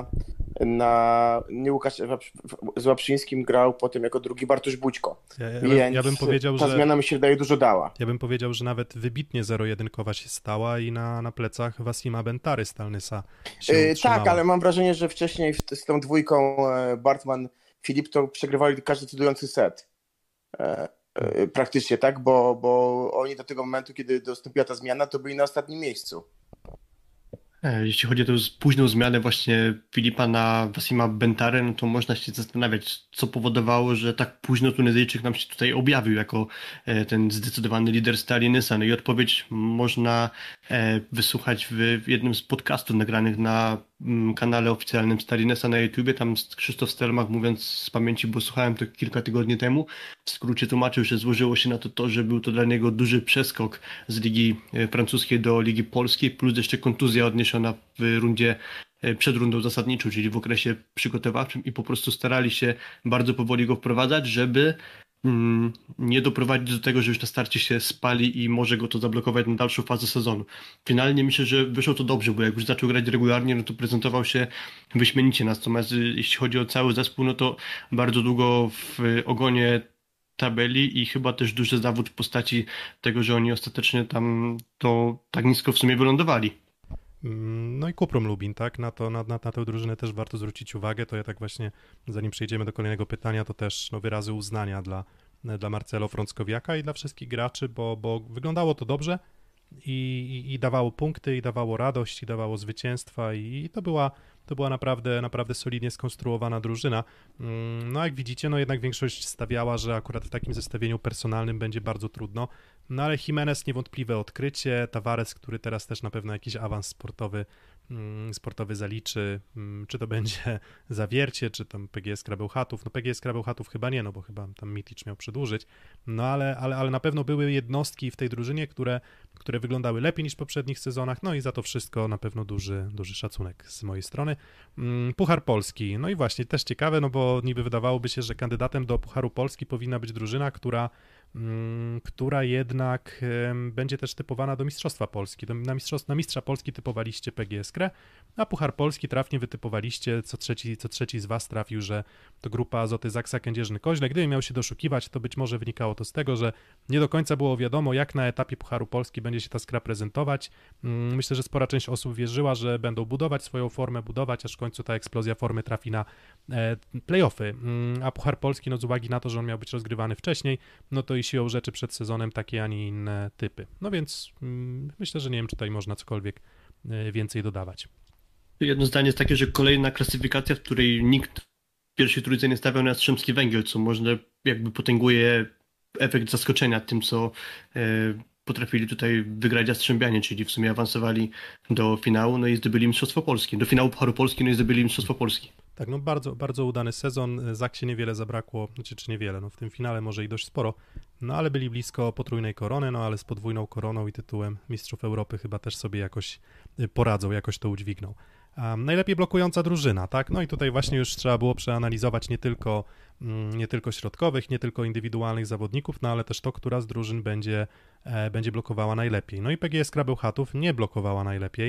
S5: nie Łukasz z Łaprzyńskim grał potem jako drugi Bartosz Bućko.
S3: Ja bym powiedział,
S5: ta zmiana mi się wydaje dużo dała.
S3: Ja bym powiedział, że nawet wybitnie zero-jedynkowa się stała i na plecach Wasima Bentary Stal Nysa się utrzymała.
S5: Tak, ale mam wrażenie, że wcześniej z tą dwójką Bartman, Filip to przegrywali każdy decydujący set. Praktycznie, tak? Bo oni do tego momentu, kiedy dostąpiła ta zmiana, to byli na ostatnim miejscu.
S4: Jeśli chodzi o tę późną zmianę właśnie Filipa na Wasima Bentarę, no to można się zastanawiać, co powodowało, że tak późno Tunezyjczyk nam się tutaj objawił jako ten zdecydowany lider Stali Nysa. No i odpowiedź można wysłuchać w jednym z podcastów nagranych na kanale oficjalnym Stali Nysa na YouTubie. Tam Krzysztof Stelmach, mówiąc z pamięci, bo słuchałem to kilka tygodni temu, w skrócie tłumaczył, że złożyło się na to, że był to dla niego duży przeskok z ligi francuskiej do ligi polskiej, plus jeszcze kontuzja odniesiona w rundzie przed rundą zasadniczą, czyli w okresie przygotowawczym, i po prostu starali się bardzo powoli go wprowadzać, żeby nie doprowadzić do tego, że już na starcie się spali i może go to zablokować na dalszą fazę sezonu. Finalnie myślę, że wyszło to dobrze, bo jak już zaczął grać regularnie, no to prezentował się wyśmienicie. Natomiast jeśli chodzi o cały zespół, no to bardzo długo w ogonie tabeli i chyba też duży zawód w postaci tego, że oni ostatecznie tam to tak nisko w sumie wylądowali.
S3: No i Kuprum Lubin, tak? Na tę drużynę też warto zwrócić uwagę. To ja tak właśnie, zanim przejdziemy do kolejnego pytania, to też wyrazy uznania dla Marcelo Frąckowiaka i dla wszystkich graczy, bo wyglądało to dobrze i dawało punkty, i dawało radość, i dawało zwycięstwa i to była naprawdę solidnie skonstruowana drużyna. No jak widzicie, no jednak większość stawiała, że akurat w takim zestawieniu personalnym będzie bardzo trudno, no ale Jimenez niewątpliwe odkrycie, Tavares, który teraz też na pewno jakiś awans sportowy zaliczy, czy to będzie Zawiercie, czy tam PGS Krabełchatów. No PGS Krabełchatów chyba nie, no bo chyba tam Mitic miał przedłużyć, no ale na pewno były jednostki w tej drużynie, które wyglądały lepiej niż w poprzednich sezonach, no i za to wszystko na pewno duży szacunek z mojej strony. Puchar Polski, no i właśnie też ciekawe, no bo niby wydawałoby się, że kandydatem do Pucharu Polski powinna być drużyna, która jednak będzie też typowana do Mistrzostwa Polski. Na Mistrza Polski typowaliście PGS Krę, a Puchar Polski trafnie wytypowaliście, co trzeci z was trafił, że to grupa Azoty Zaksa Kędzierzyn-Koźle. Gdyby miał się doszukiwać, to być może wynikało to z tego, że nie do końca było wiadomo, jak na etapie Pucharu Polski będzie się ta Skra prezentować. Myślę, że spora część osób wierzyła, że będą budować swoją formę, aż w końcu ta eksplozja formy trafi na play-offy. A Puchar Polski, no z uwagi na to, że on miał być rozgrywany wcześniej, no to i siłą rzeczy przed sezonem takie, a nie inne typy. No więc myślę, że nie wiem, czy tutaj można cokolwiek więcej dodawać.
S4: Jedno zdanie jest takie, że kolejna klasyfikacja, w której nikt w pierwszej trójce nie stawiał na Jastrzębski Węgiel, co może jakby potęguje efekt zaskoczenia tym, co potrafili tutaj wygrać Jastrzębianie, czyli w sumie awansowali do finału, no i zdobyli Mistrzostwo Polski. Do finału Pucharu Polski, no i zdobyli Mistrzostwo Polski.
S3: Tak, no bardzo, bardzo udany sezon. Zaksie niewiele zabrakło, czy niewiele, no w tym finale może i dość sporo, no ale byli blisko potrójnej korony, no ale z podwójną koroną i tytułem Mistrzów Europy chyba też sobie jakoś poradzą, jakoś to udźwigną. Najlepiej blokująca drużyna, tak? No i tutaj właśnie już trzeba było przeanalizować nie tylko środkowych, nie tylko indywidualnych zawodników, no ale też to, która z drużyn będzie blokowała najlepiej. No i PGS Krabełchatów nie blokowała najlepiej,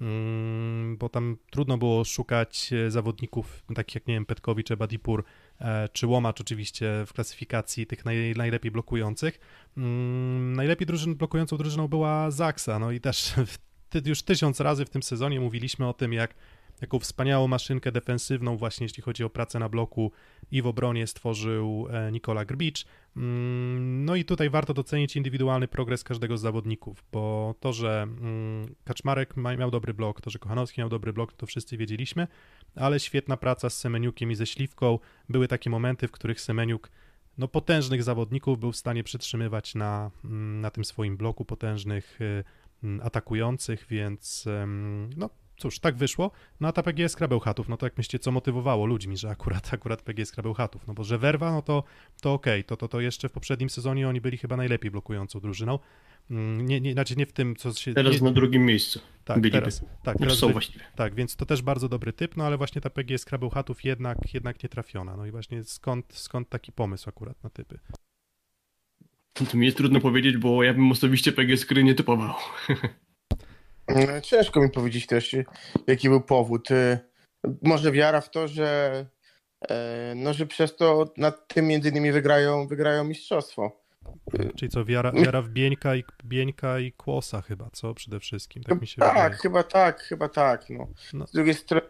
S3: bo tam trudno było szukać zawodników takich jak, nie wiem, Petkowicz, Ebadipur czy Łomacz oczywiście w klasyfikacji tych najlepiej blokujących. Najlepiej blokującą drużyną była Zaksa, no i też już 1000 razy w tym sezonie mówiliśmy o tym, jaką wspaniałą maszynkę defensywną właśnie jeśli chodzi o pracę na bloku i w obronie stworzył Nikola Grbicz. No i tutaj warto docenić indywidualny progres każdego z zawodników, bo to, że Kaczmarek miał dobry blok, to, że Kochanowski miał dobry blok, to wszyscy wiedzieliśmy, ale świetna praca z Semeniukiem i ze Śliwką. Były takie momenty, w których Semeniuk potężnych zawodników był w stanie przytrzymywać na tym swoim bloku, potężnych atakujących, więc cóż, tak wyszło. No a ta PGS Krabełchatów, no to jak myślicie, co motywowało ludźmi, że akurat PGS Krabełchatów, no bo że Werwa, no to okej, to jeszcze w poprzednim sezonie oni byli chyba najlepiej blokującą drużyną. Nie w tym, co się...
S4: Teraz na drugim miejscu byliby. Teraz są właściwie.
S3: Tak, więc to też bardzo dobry typ, no ale właśnie ta PGS Krabełchatów jednak nie trafiona. No i właśnie skąd taki pomysł akurat na typy?
S4: To mi jest trudno powiedzieć, bo ja bym osobiście PGS Kry nie typował.
S5: Ciężko mi powiedzieć też, jaki był powód. Może wiara w to, że przez to nad tym między innymi wygrają mistrzostwo.
S3: Czyli co, wiara w Bieńka i Kłosa chyba, co przede wszystkim? Tak mi się wydaje.
S5: Chyba tak. No. Z drugiej strony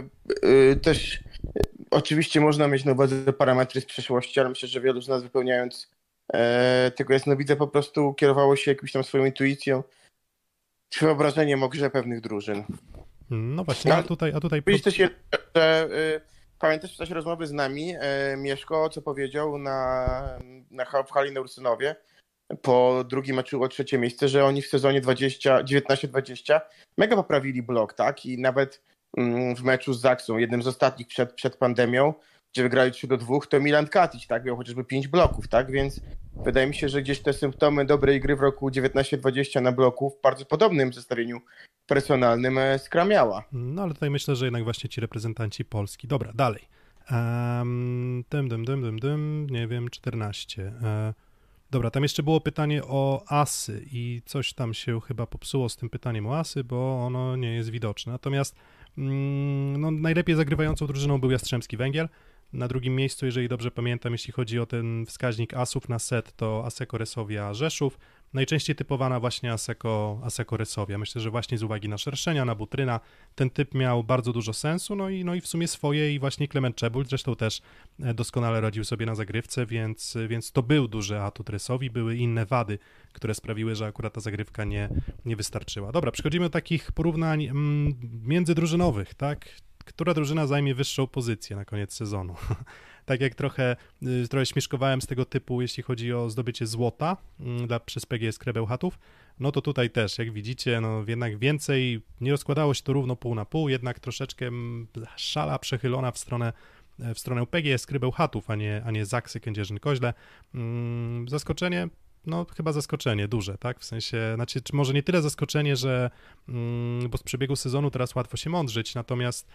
S5: też oczywiście można mieć na uwadze parametry z przeszłości, ale myślę, że wielu z nas wypełniając tego jasnowidza po prostu kierowało się jakąś tam swoją intuicją czy wyobrażeniem o grze pewnych drużyn.
S3: No właśnie, a tutaj
S5: Powiedzieć też, że pamiętasz w czasie rozmowy z nami Mieszko, co powiedział w hali na Ursynowie po drugim meczu o trzecie miejsce, że oni w sezonie 19-20 mega poprawili blok, tak? I nawet w meczu z Zaksą, jednym z ostatnich przed pandemią, gdzie wygrali 3-2, to Milan Katic, tak? Miał chociażby 5 bloków, tak? Więc wydaje mi się, że gdzieś te symptomy dobrej gry w roku 19-20 na bloku w bardzo podobnym zestawieniu personalnym Skra miała.
S3: No ale tutaj myślę, że jednak właśnie ci reprezentanci Polski. Dobra, dalej. Nie wiem, 14. Dobra, tam jeszcze było pytanie o asy i coś tam się chyba popsuło z tym pytaniem o asy, bo ono nie jest widoczne. Natomiast no, najlepiej zagrywającą drużyną był Jastrzębski Węgiel. Na drugim miejscu, jeżeli dobrze pamiętam, jeśli chodzi o ten wskaźnik asów na set, to Asseco Resowia Rzeszów. Najczęściej typowana właśnie Asseco Resowia. Myślę, że właśnie z uwagi na Szerszenia, na Butryna, ten typ miał bardzo dużo sensu, no i w sumie swoje i właśnie Klement Czebul zresztą też doskonale radził sobie na zagrywce, więc to był duży atut Resowi, były inne wady, które sprawiły, że akurat ta zagrywka nie wystarczyła. Dobra, przechodzimy do takich porównań międzydrużynowych, tak? Która drużyna zajmie wyższą pozycję na koniec sezonu? Tak jak trochę śmieszkowałem z tego typu, jeśli chodzi o zdobycie złota przez PGS Krebełchatów, no to tutaj też, jak widzicie, no jednak więcej, nie rozkładało się to równo pół na pół, jednak troszeczkę szala przechylona w stronę PGS Krebełchatów, a nie Zaksy Kędzierzyn-Koźle. Zaskoczenie? No chyba zaskoczenie duże, tak? W sensie, znaczy może nie tyle zaskoczenie, że bo z przebiegu sezonu teraz łatwo się mądrzyć, natomiast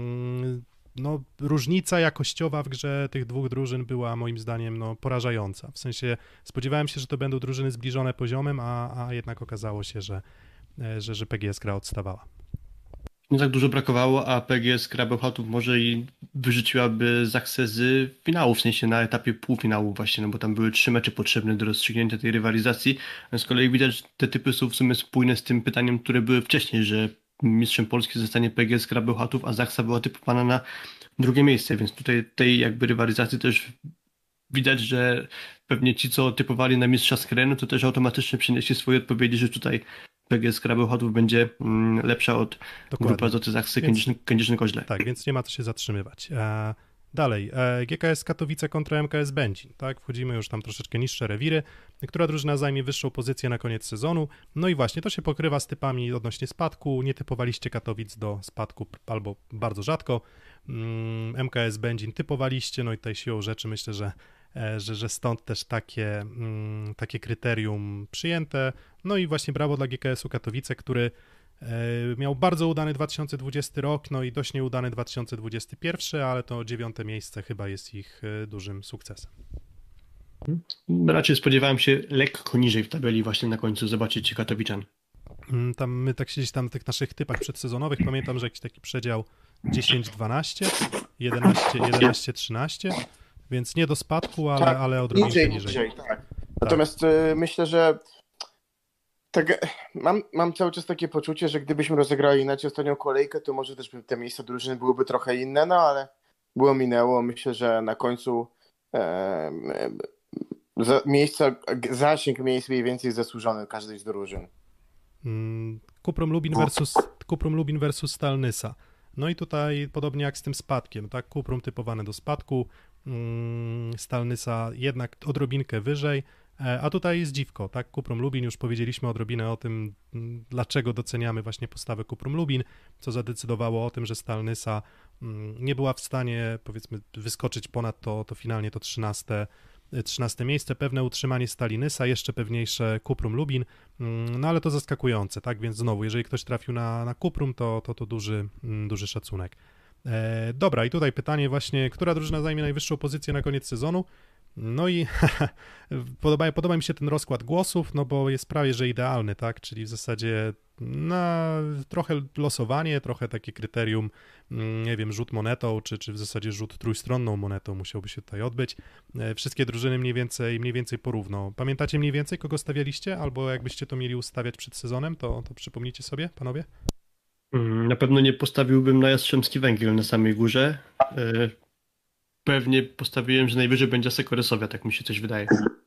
S3: no, różnica jakościowa w grze tych dwóch drużyn była moim zdaniem no, porażająca. W sensie spodziewałem się, że to będą drużyny zbliżone poziomem, a jednak okazało się, że PGS gra odstawała.
S4: Nie tak dużo brakowało, a PGS Krebełchatów może i wyrzuciłaby Zaksę z finału, w sensie na etapie półfinału właśnie, no bo tam były 3 mecze potrzebne do rozstrzygnięcia tej rywalizacji. Z kolei widać, że te typy są w sumie spójne z tym pytaniem, które były wcześniej, że mistrzem Polski zostanie PGS Krebełchatów, a Zaksa była typowana na drugie miejsce, więc tutaj tej jakby rywalizacji też widać, że pewnie ci, co typowali na mistrza Skrenu, to też automatycznie przynieśli swoje odpowiedzi, że tutaj PGS Krebełchatów będzie lepsza od grupy Azoty Zaksy Kędzierzyn-Koźle.
S3: Tak, więc nie ma co się zatrzymywać. Dalej, GKS Katowice kontra MKS Będzin, tak, wchodzimy już tam troszeczkę niższe rewiry, która drużyna zajmie wyższą pozycję na koniec sezonu, no i właśnie to się pokrywa z typami odnośnie spadku, nie typowaliście Katowic do spadku albo bardzo rzadko, MKS Będzin typowaliście, no i tutaj siłą rzeczy myślę, że stąd też takie kryterium przyjęte, no i właśnie brawo dla GKS-u Katowice, który miał bardzo udany 2020 rok, no i dość nieudany 2021, ale to 9. miejsce chyba jest ich dużym sukcesem.
S4: Raczej spodziewałem się lekko niżej w tabeli właśnie na końcu zobaczyć Katowiczan.
S3: Tam my tak gdzieś tam w tych naszych typach przedsezonowych pamiętam, że jakiś taki przedział 10-12, 11-13, więc nie do spadku, ale odrobinę niżej.
S5: Tak. Natomiast myślę, że tak, mam cały czas takie poczucie, że gdybyśmy rozegrali inaczej ostatnią kolejkę, to może też te miejsca drużyny byłyby trochę inne, no ale minęło. Myślę, że na końcu zasięg miejsc mniej więcej zasłużony każdej z drużyn.
S3: Kuprum Lubin versus Stal Nysa. No i tutaj podobnie jak z tym spadkiem, tak? Kuprum typowane do spadku, Stal Nysa jednak odrobinkę wyżej, a tutaj jest dziwko, tak? Kuprum Lubin, już powiedzieliśmy odrobinę o tym, dlaczego doceniamy właśnie postawę Kuprum Lubin, co zadecydowało o tym, że Stal Nysa nie była w stanie, powiedzmy, wyskoczyć ponad to finalnie to 13 miejsce, pewne utrzymanie Stali Nysa, jeszcze pewniejsze Kuprum Lubin, no ale to zaskakujące, tak? Więc znowu, jeżeli ktoś trafił na Kuprum, to duży szacunek. Dobra, i tutaj pytanie właśnie, która drużyna zajmie najwyższą pozycję na koniec sezonu? No i podoba mi się ten rozkład głosów, no bo jest prawie że idealny, tak? Czyli w zasadzie trochę losowanie, trochę takie kryterium, nie wiem, rzut monetą, czy w zasadzie rzut trójstronną monetą musiałby się tutaj odbyć. Wszystkie drużyny mniej więcej porówno. Pamiętacie mniej więcej, kogo stawialiście? Albo jakbyście to mieli ustawiać przed sezonem, to przypomnijcie sobie, panowie?
S4: Na pewno nie postawiłbym na Jastrzębski Węgiel na samej górze. Pewnie postawiłem, że najwyżej będzie Asseco Resowia, tak mi się coś wydaje.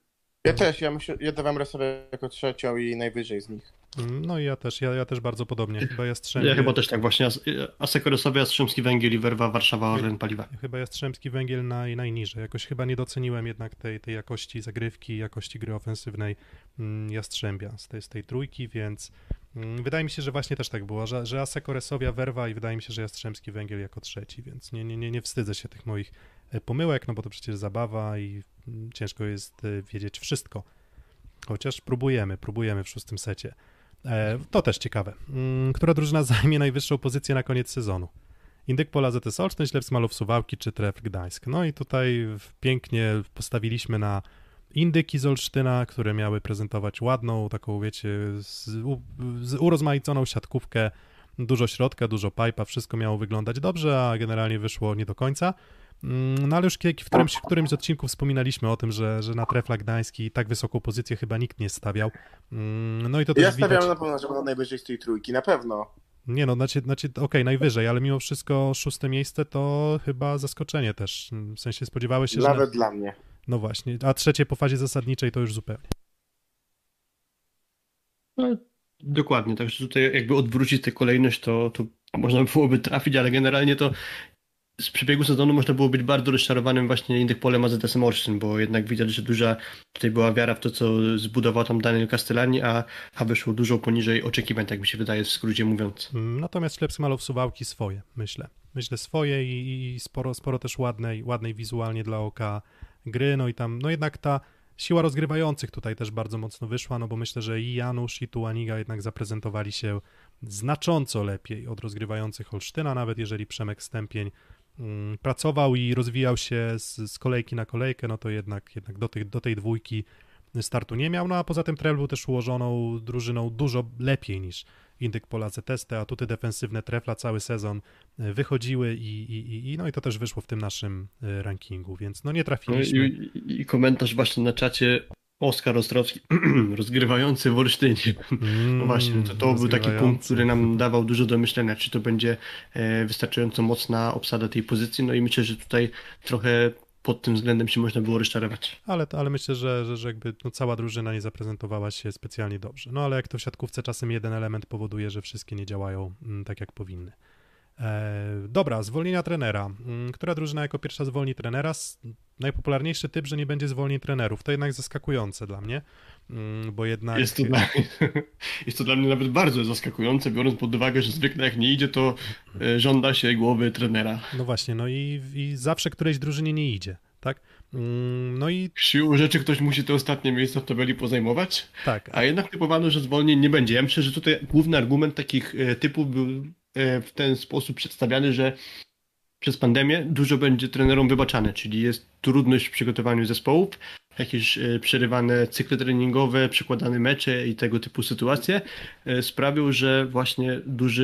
S5: Ja też, ja dawałem Rosowę jako trzecią i najwyżej z nich.
S3: No i ja też bardzo podobnie. Chyba Jastrzębie...
S4: Ja chyba też tak właśnie. Asekoresowie, Jastrzębski Węgiel i Werwa, Warszawa, Orlen, Paliwa.
S3: Chyba Jastrzębski Węgiel najniżej. Jakoś chyba nie doceniłem jednak tej jakości zagrywki, jakości gry ofensywnej Jastrzębia z tej trójki, więc wydaje mi się, że właśnie też tak było, że Asekoresowia, Werwa i wydaje mi się, że Jastrzębski Węgiel jako trzeci, więc nie wstydzę się tych moich pomyłek, no bo to przecież zabawa i ciężko jest wiedzieć wszystko. Chociaż próbujemy w szóstym secie. To też ciekawe. Która drużyna zajmie najwyższą pozycję na koniec sezonu? Indyk Pola ZS Olsztyn, Ślepsk Malów Suwałki czy Trefl Gdańsk? No i tutaj pięknie postawiliśmy na indyki z Olsztyna, które miały prezentować ładną, taką wiecie, urozmaiconą siatkówkę, dużo środka, dużo pipa, wszystko miało wyglądać dobrze, a generalnie wyszło nie do końca. No ale już w którymś z odcinków wspominaliśmy o tym, że na Trefla Gdański tak wysoką pozycję chyba nikt nie stawiał. No i to też
S5: Ja stawiam
S3: widać...
S5: na pewno, że będą najwyżej z tej trójki, na pewno.
S3: Nie no, okej, najwyżej, ale mimo wszystko szóste miejsce to chyba zaskoczenie też. W sensie spodziewałeś się,
S5: Nawet dla mnie.
S3: No właśnie, a trzecie po fazie zasadniczej to już zupełnie.
S4: No, dokładnie, także tutaj jakby odwrócić tę kolejność, to można byłoby trafić, ale generalnie to z przebiegu sezonu można było być bardzo rozczarowanym właśnie Indyk Polem AZS-em Olsztyn, bo jednak widać, że duża tutaj była wiara w to, co zbudował tam Daniel Castellani, a wyszło dużo poniżej oczekiwań, tak mi się wydaje, w skrócie mówiąc.
S3: Natomiast Ślepsk Malów Suwałki swoje, myślę. Myślę swoje i sporo też ładnej wizualnie dla oka gry, no i tam, no jednak ta siła rozgrywających tutaj też bardzo mocno wyszła, no bo myślę, że i Janusz, i Tułaniga jednak zaprezentowali się znacząco lepiej od rozgrywających Olsztyna, nawet jeżeli Przemek Stępień pracował i rozwijał się z kolejki na kolejkę, no to jednak do tej dwójki startu nie miał, no a poza tym Trefl był też ułożoną drużyną dużo lepiej niż Indyk Pola ZS, te atuty defensywne Trefla cały sezon wychodziły i to też wyszło w tym naszym rankingu, więc no nie trafiliśmy.
S4: I komentarz właśnie na czacie Oskar Ostrowski, rozgrywający w Olsztynie. No właśnie, to był taki punkt, który nam dawał dużo do myślenia, czy to będzie wystarczająco mocna obsada tej pozycji, no i myślę, że tutaj trochę pod tym względem się można było rozczarować.
S3: Ale myślę, że jakby no, cała drużyna nie zaprezentowała się specjalnie dobrze. No ale jak to w siatkówce czasem jeden element powoduje, że wszystkie nie działają tak jak powinny. Dobra, zwolnienia trenera. Która drużyna jako pierwsza zwolni trenera? Najpopularniejszy typ, że nie będzie zwolnień trenerów. To jednak zaskakujące dla mnie, bo jednak...
S4: Jest to dla mnie nawet bardzo zaskakujące, biorąc pod uwagę, że zwykle jak nie idzie, to żąda się głowy trenera.
S3: No właśnie, no i zawsze którejś drużynie nie idzie, tak? No i...
S4: Siłą rzeczy ktoś musi te ostatnie miejsca w tabeli pozajmować,
S3: tak.
S4: A jednak typowano, że zwolnień nie będzie. Ja myślę, że tutaj główny argument takich typów był w ten sposób przedstawiany, że przez pandemię dużo będzie trenerom wybaczane, czyli jest trudność w przygotowaniu zespołów, jakieś przerywane cykle treningowe, przekładane mecze i tego typu sytuacje sprawią, że właśnie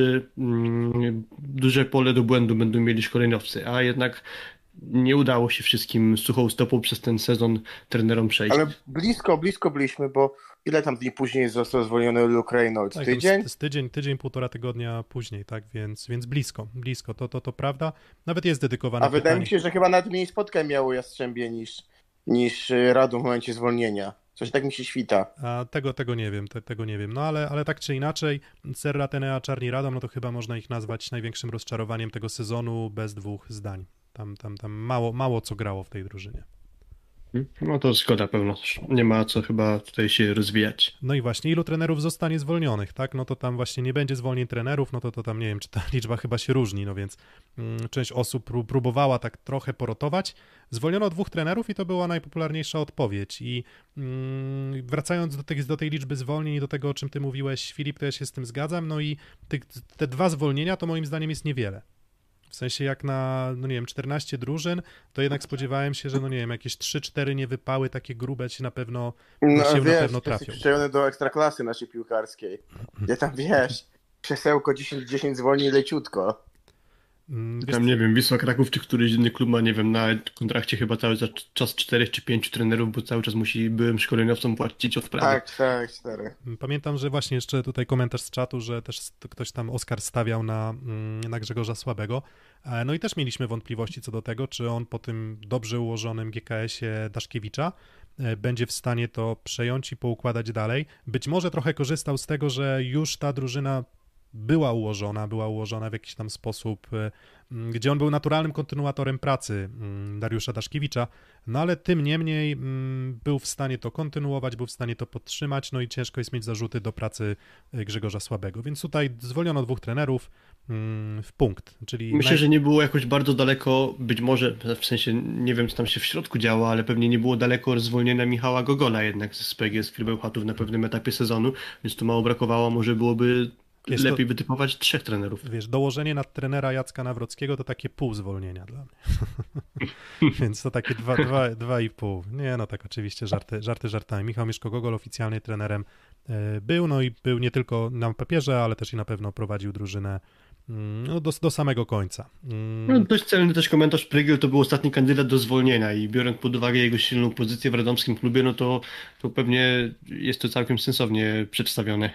S4: duże pole do błędu będą mieli szkoleniowcy, a jednak nie udało się wszystkim suchą stopą przez ten sezon trenerom przejść.
S5: Ale blisko byliśmy, bo ile tam dni później został zwolniony Luke Reynolds?
S3: Tak,
S5: Tydzień?
S3: Tydzień, półtora tygodnia później, tak, więc blisko, to prawda. Nawet jest dedykowane pytanie.
S5: Wydaje mi się, że chyba nawet mniej spotkań miało Jastrzębie niż Radom w momencie zwolnienia. Coś tak mi się świta.
S3: A tego nie wiem, tego nie wiem. No ale tak czy inaczej, Serra, Tenea, Czarni Radom, no to chyba można ich nazwać największym rozczarowaniem tego sezonu bez dwóch zdań. Tam mało co grało w tej drużynie.
S4: No to szkoda pełno. Nie ma co chyba tutaj się rozwijać.
S3: No i właśnie, ilu trenerów zostanie zwolnionych, tak? No to tam właśnie nie będzie zwolnień trenerów, no to tam nie wiem, czy ta liczba chyba się różni, no więc część osób próbowała tak trochę porotować. Zwolniono 2 trenerów i to była najpopularniejsza odpowiedź. I wracając do tej liczby zwolnień i do tego, o czym ty mówiłeś, Filip, to ja się z tym zgadzam, no i te 2 zwolnienia to moim zdaniem jest niewiele. W sensie jak na, no nie wiem, 14 drużyn, to jednak spodziewałem się, że no nie wiem, jakieś 3-4 niewypały takie grube ci na pewno trafią.
S5: Przejone do ekstraklasy naszej piłkarskiej. Ja tam wiesz, krzesełko 10-10 zwolni leciutko.
S4: Tam nie wiem, Wisła Kraków czy któryś inny klub ma, nie wiem, na kontrakcie chyba cały czas 4 czy 5 trenerów, bo cały czas musi byłym szkoleniowcom płacić odprawy.
S5: Tak, 4.
S3: Pamiętam, że właśnie jeszcze tutaj komentarz z czatu, że też ktoś tam Oskar stawiał na Grzegorza Słabego. No i też mieliśmy wątpliwości co do tego, czy on po tym dobrze ułożonym GKS-ie Daszkiewicza będzie w stanie to przejąć i poukładać dalej. Być może trochę korzystał z tego, że już ta drużyna była ułożona w jakiś tam sposób, gdzie on był naturalnym kontynuatorem pracy Dariusza Daszkiewicza, no ale tym niemniej był w stanie to kontynuować, był w stanie to podtrzymać, no i ciężko jest mieć zarzuty do pracy Grzegorza Słabego, więc tutaj zwolniono 2 trenerów w punkt, czyli...
S4: Myślę, że nie było jakoś bardzo daleko, być może, w sensie nie wiem, co tam się w środku działo, ale pewnie nie było daleko od zwolnienia Michała Gogola jednak z PGS Krybełchatów na pewnym etapie sezonu, więc tu mało brakowało, może byłoby lepiej wytypować 3 trenerów.
S3: Wiesz, dołożenie na trenera Jacka Nawrockiego to takie pół zwolnienia dla mnie. Więc to takie 2,5. Nie, no tak oczywiście żarty żartami. Michał Mieszko-Gogol oficjalnie trenerem był, no i był nie tylko na papierze, ale też i na pewno prowadził drużynę no, do samego końca.
S4: No, dość celny też komentarz. Prygiel to był ostatni kandydat do zwolnienia i biorąc pod uwagę jego silną pozycję w radomskim klubie, no to pewnie jest to całkiem sensownie przedstawione.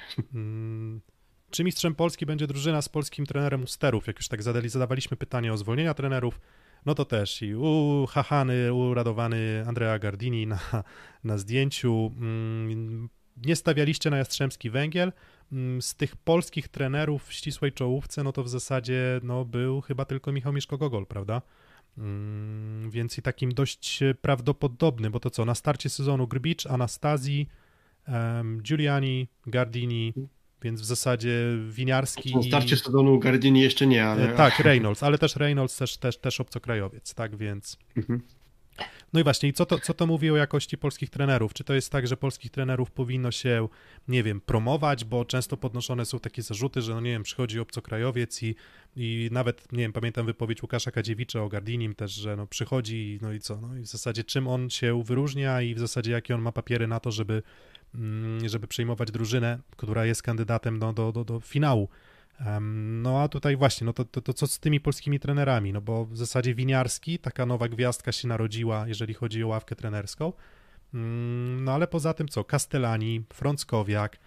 S3: Czy mistrzem Polski będzie drużyna z polskim trenerem Usterów? Jak już tak zadawaliśmy pytanie o zwolnienia trenerów, no to też i uchachany, uradowany Andrea Gardini na zdjęciu. Nie stawialiście na Jastrzębski Węgiel. Z tych polskich trenerów w ścisłej czołówce, no to w zasadzie no, był chyba tylko Michał Mieszko-Gogol, prawda? Więc i takim dość prawdopodobnym, bo to co, na starcie sezonu Grbicz, Anastazji, Giuliani, Gardini, więc w zasadzie Winiarski...
S4: Na starcie sezonu Gardini jeszcze nie, ale...
S3: Tak, Reynolds, ale też Reynolds też obcokrajowiec, tak, więc... No i właśnie, i co to mówi o jakości polskich trenerów? Czy to jest tak, że polskich trenerów powinno się, nie wiem, promować, bo często podnoszone są takie zarzuty, że no nie wiem, przychodzi obcokrajowiec i nawet, nie wiem, pamiętam wypowiedź Łukasza Kadziewicza o Gardinim też, że no przychodzi, no i co, no i w zasadzie czym on się wyróżnia i w zasadzie jakie on ma papiery na to, żeby przejmować drużynę, która jest kandydatem do finału. No a tutaj właśnie, no to co z tymi polskimi trenerami, no bo w zasadzie Winiarski, taka nowa gwiazdka się narodziła, jeżeli chodzi o ławkę trenerską, no ale poza tym co, Castellani, Frąckowiak,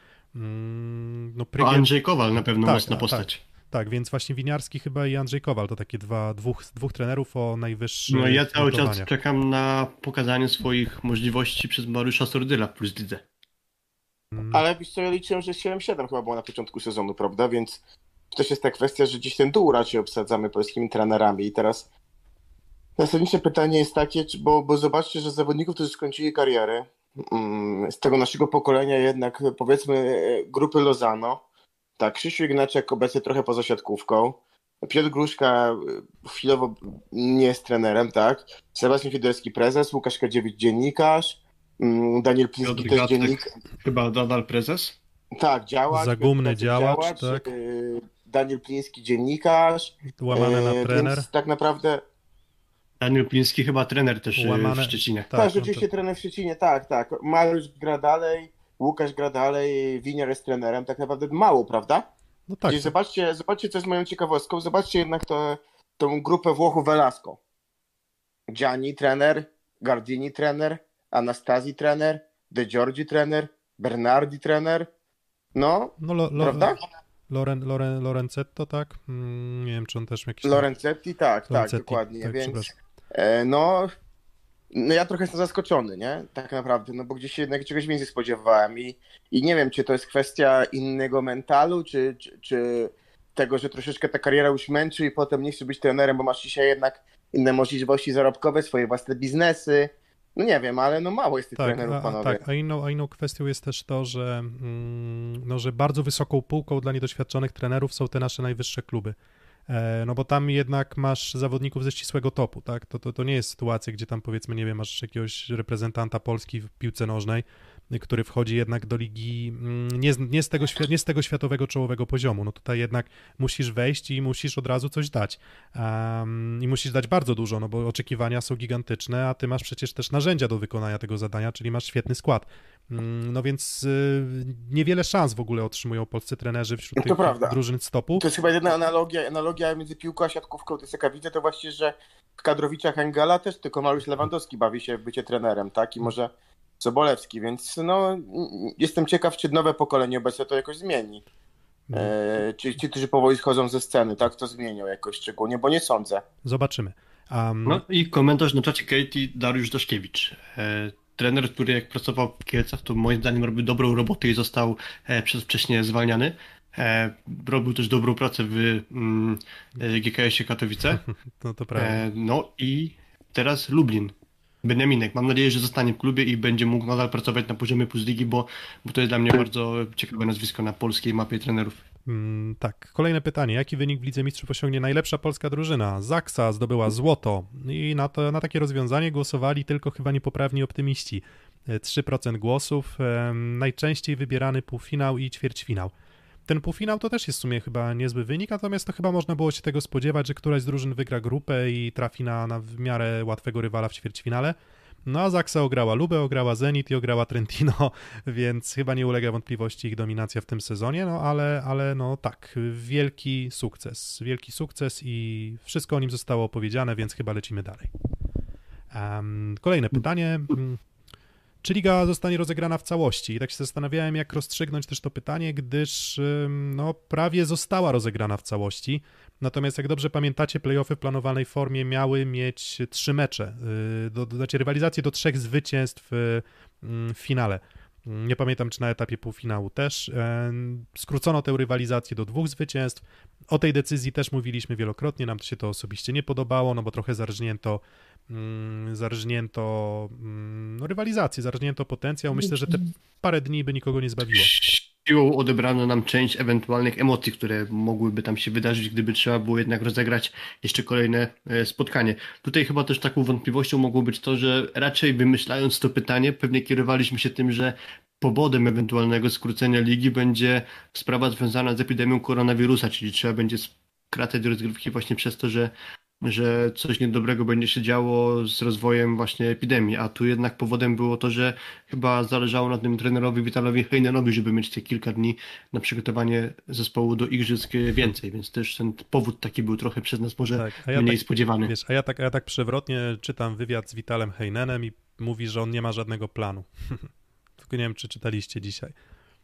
S3: no Prygiel...
S4: Andrzej Kowal na pewno mocna postać.
S3: Tak, więc właśnie Winiarski chyba i Andrzej Kowal to takie dwóch trenerów o najwyższych
S4: No ja cały
S3: notowaniach.
S4: czas czekam na pokazanie swoich możliwości przez Mariusza Sordyla w Plus Lidze.
S5: Ale wiesz co, ja liczyłem, że 7-7 chyba było na początku sezonu, prawda? Więc to też jest ta kwestia, że gdzieś ten dół raczej obsadzamy polskimi trenerami. I teraz zasadnicze pytanie jest takie, bo zobaczcie, że zawodników, którzy skończyli karierę, z tego naszego pokolenia jednak powiedzmy grupy Lozano, tak, Krzysiu Ignaczek obecnie trochę poza siatkówką, Piotr Gruszka chwilowo nie jest trenerem, tak, Sebastian Fiedorski prezes, Łukasz Kadziewicz dziennikarz, Daniel Pliński też dziennikarz.
S4: Chyba nadal prezes?
S5: Tak, działacz.
S3: Zagumny działacz, tak.
S5: Daniel Pliński dziennikarz.
S3: Łamane na trener.
S5: Więc tak naprawdę...
S4: Daniel Pliński chyba trener też w Szczecinie.
S5: Tak, rzeczywiście trener w Szczecinie, tak. Mariusz gra dalej, Łukasz gra dalej, Winiar jest trenerem, tak naprawdę mało, prawda?
S3: No tak.
S5: I zobaczcie, co jest moją ciekawostką, zobaczcie jednak tą grupę Włochów Velasco. Gianni trener, Gardini trener, Anastazji trener, De Giorgi trener, Bernardi trener, prawda?
S3: Lorenzetto, tak? Nie wiem, czy on też jakiś...
S5: Lorenzetti, tak,
S3: Lorenzetti,
S5: dokładnie,
S3: tak,
S5: więc ja trochę jestem zaskoczony, nie? Tak naprawdę, no bo gdzieś się jednak czegoś więcej spodziewałem i nie wiem, czy to jest kwestia innego mentalu, czy tego, że troszeczkę ta kariera już męczy i potem nie chcesz być trenerem, bo masz dzisiaj jednak inne możliwości zarobkowe, swoje własne biznesy. No nie wiem, ale no mało jest tych trenerów, panowie.
S3: Tak, a inną kwestią jest też to, że, że bardzo wysoką półką dla niedoświadczonych trenerów są te nasze najwyższe kluby. No bo tam jednak masz zawodników ze ścisłego topu, tak? To nie jest sytuacja, gdzie tam powiedzmy, nie wiem, masz jakiegoś reprezentanta Polski w piłce nożnej, który wchodzi jednak do ligi nie z tego światowego czołowego poziomu. No tutaj jednak musisz wejść i musisz od razu coś dać. I musisz dać bardzo dużo, no bo oczekiwania są gigantyczne, a ty masz przecież też narzędzia do wykonania tego zadania, czyli masz świetny skład. No więc niewiele szans w ogóle otrzymują polscy trenerzy wśród tych drużyn z topu.
S5: To jest chyba jedna analogia między piłką a siatkówką. To jest jaka widzę, to właśnie, że w kadrowiczach Engela też tylko Mariusz Lewandowski bawi się w bycie trenerem, tak? I może Sobolewski, więc no jestem ciekaw, czy nowe pokolenie obecne to jakoś zmieni. Czy ci, którzy powoli schodzą ze sceny, tak? To zmienią jakoś szczególnie, bo nie sądzę.
S3: Zobaczymy.
S4: No i komentarz na czacie Katie Dariusz Daszkiewicz. trener, który jak pracował w Kielcach, to moim zdaniem robił dobrą robotę i został przedwcześnie zwalniany. Robił też dobrą pracę w GKS-ie Katowice.
S3: No to prawda.
S4: No i teraz Lublin. Beniaminek. Mam nadzieję, że zostanie w klubie i będzie mógł nadal pracować na poziomie Plus Ligi, bo to jest dla mnie bardzo ciekawe nazwisko na polskiej mapie trenerów.
S3: Tak, kolejne pytanie. Jaki wynik w Lidze Mistrzów osiągnie najlepsza polska drużyna? Zaksa zdobyła złoto i na takie rozwiązanie głosowali tylko chyba niepoprawni optymiści. 3% głosów, najczęściej wybierany półfinał i ćwierćfinał. Ten półfinał to też jest w sumie chyba niezły wynik, natomiast to chyba można było się tego spodziewać, że któraś z drużyn wygra grupę i trafi na w miarę łatwego rywala w ćwierćfinale. No a Zaksa ograła Lubę, ograła Zenit i ograła Trentino, więc chyba nie ulega wątpliwości ich dominacja w tym sezonie, no ale no tak, wielki sukces i wszystko o nim zostało opowiedziane, więc chyba lecimy dalej. Kolejne pytanie. Czy liga zostanie rozegrana w całości? I tak się zastanawiałem, jak rozstrzygnąć też to pytanie, gdyż no, prawie została rozegrana w całości. Natomiast jak dobrze pamiętacie, play-offy w planowanej formie miały mieć 3 mecze, znaczy rywalizację do 3 zwycięstw w finale. Nie pamiętam, czy na etapie półfinału też. Skrócono tę rywalizację do 2 zwycięstw. O tej decyzji też mówiliśmy wielokrotnie, nam się to osobiście nie podobało, no bo trochę zarżnięto rywalizację, zarżnięto potencjał. Myślę, że te parę dni by nikogo nie zbawiło.
S4: Siłą odebrano nam część ewentualnych emocji, które mogłyby tam się wydarzyć, gdyby trzeba było jednak rozegrać jeszcze kolejne spotkanie. Tutaj chyba też taką wątpliwością mogło być to, że raczej wymyślając to pytanie, pewnie kierowaliśmy się tym, że powodem ewentualnego skrócenia ligi będzie sprawa związana z epidemią koronawirusa, czyli trzeba będzie skracać rozgrywki właśnie przez to, że coś niedobrego będzie się działo z rozwojem właśnie epidemii, a tu jednak powodem było to, że chyba zależało na tym trenerowi Vitalowi Heinenowi, żeby mieć te kilka dni na przygotowanie zespołu do igrzysk więcej, więc też ten powód taki był trochę przez nas może mniej spodziewany.
S3: Wiesz, a ja tak przewrotnie czytam wywiad z Vitalem Heinenem i mówi, że on nie ma żadnego planu. Tylko nie wiem, czy czytaliście dzisiaj.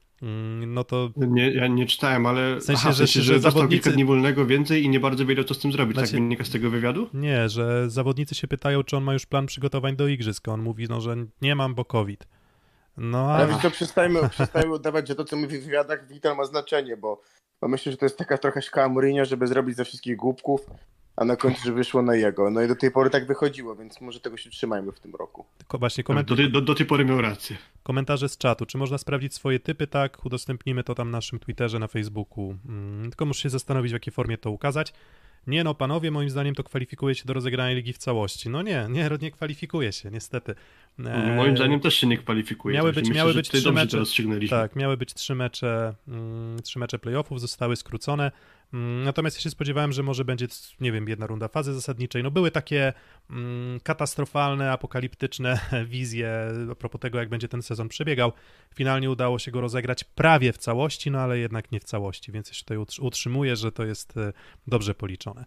S3: No to...
S4: Nie, ja nie czytałem, ale
S3: w sensie, że
S4: dostał
S3: zawodnicy...
S4: kilka dni wolnego więcej i nie bardzo wiedział, co z tym zrobić. Tak wynika z tego wywiadu?
S3: Nie, że zawodnicy się pytają, czy on ma już plan przygotowań do igrzysk. On mówi, no, że nie mam, bo COVID. No,
S5: ale wiesz co, przestajmy udawać, że to, co mówi w wywiadach, Vital ma znaczenie, bo myślę, że to jest taka trochę szkoła Mourinho, żeby zrobić ze wszystkich głupków, a na końcu, że wyszło na jego. No i do tej pory tak wychodziło, więc może tego się trzymajmy w tym roku.
S3: Właśnie
S4: do tej pory miał rację.
S3: Komentarze z czatu. Czy można sprawdzić swoje typy? Tak, udostępnimy to tam na naszym Twitterze, na Facebooku. Tylko muszę się zastanowić, w jakiej formie to ukazać. Nie no, panowie, moim zdaniem to kwalifikuje się do rozegrania ligi w całości. No nie kwalifikuje się, niestety.
S4: Moim zdaniem też się nie kwalifikuje.
S3: Miały być 3 mecze.
S4: Tak,
S3: miały być 3 mecze playoffów, zostały skrócone. Natomiast ja się spodziewałem, że może będzie, nie wiem, 1 runda fazy zasadniczej. No były takie katastrofalne, apokaliptyczne wizje a propos tego, jak będzie ten sezon przebiegał. Finalnie udało się go rozegrać prawie w całości, no ale jednak nie w całości, więc ja się tutaj utrzymuję, że to jest dobrze policzone.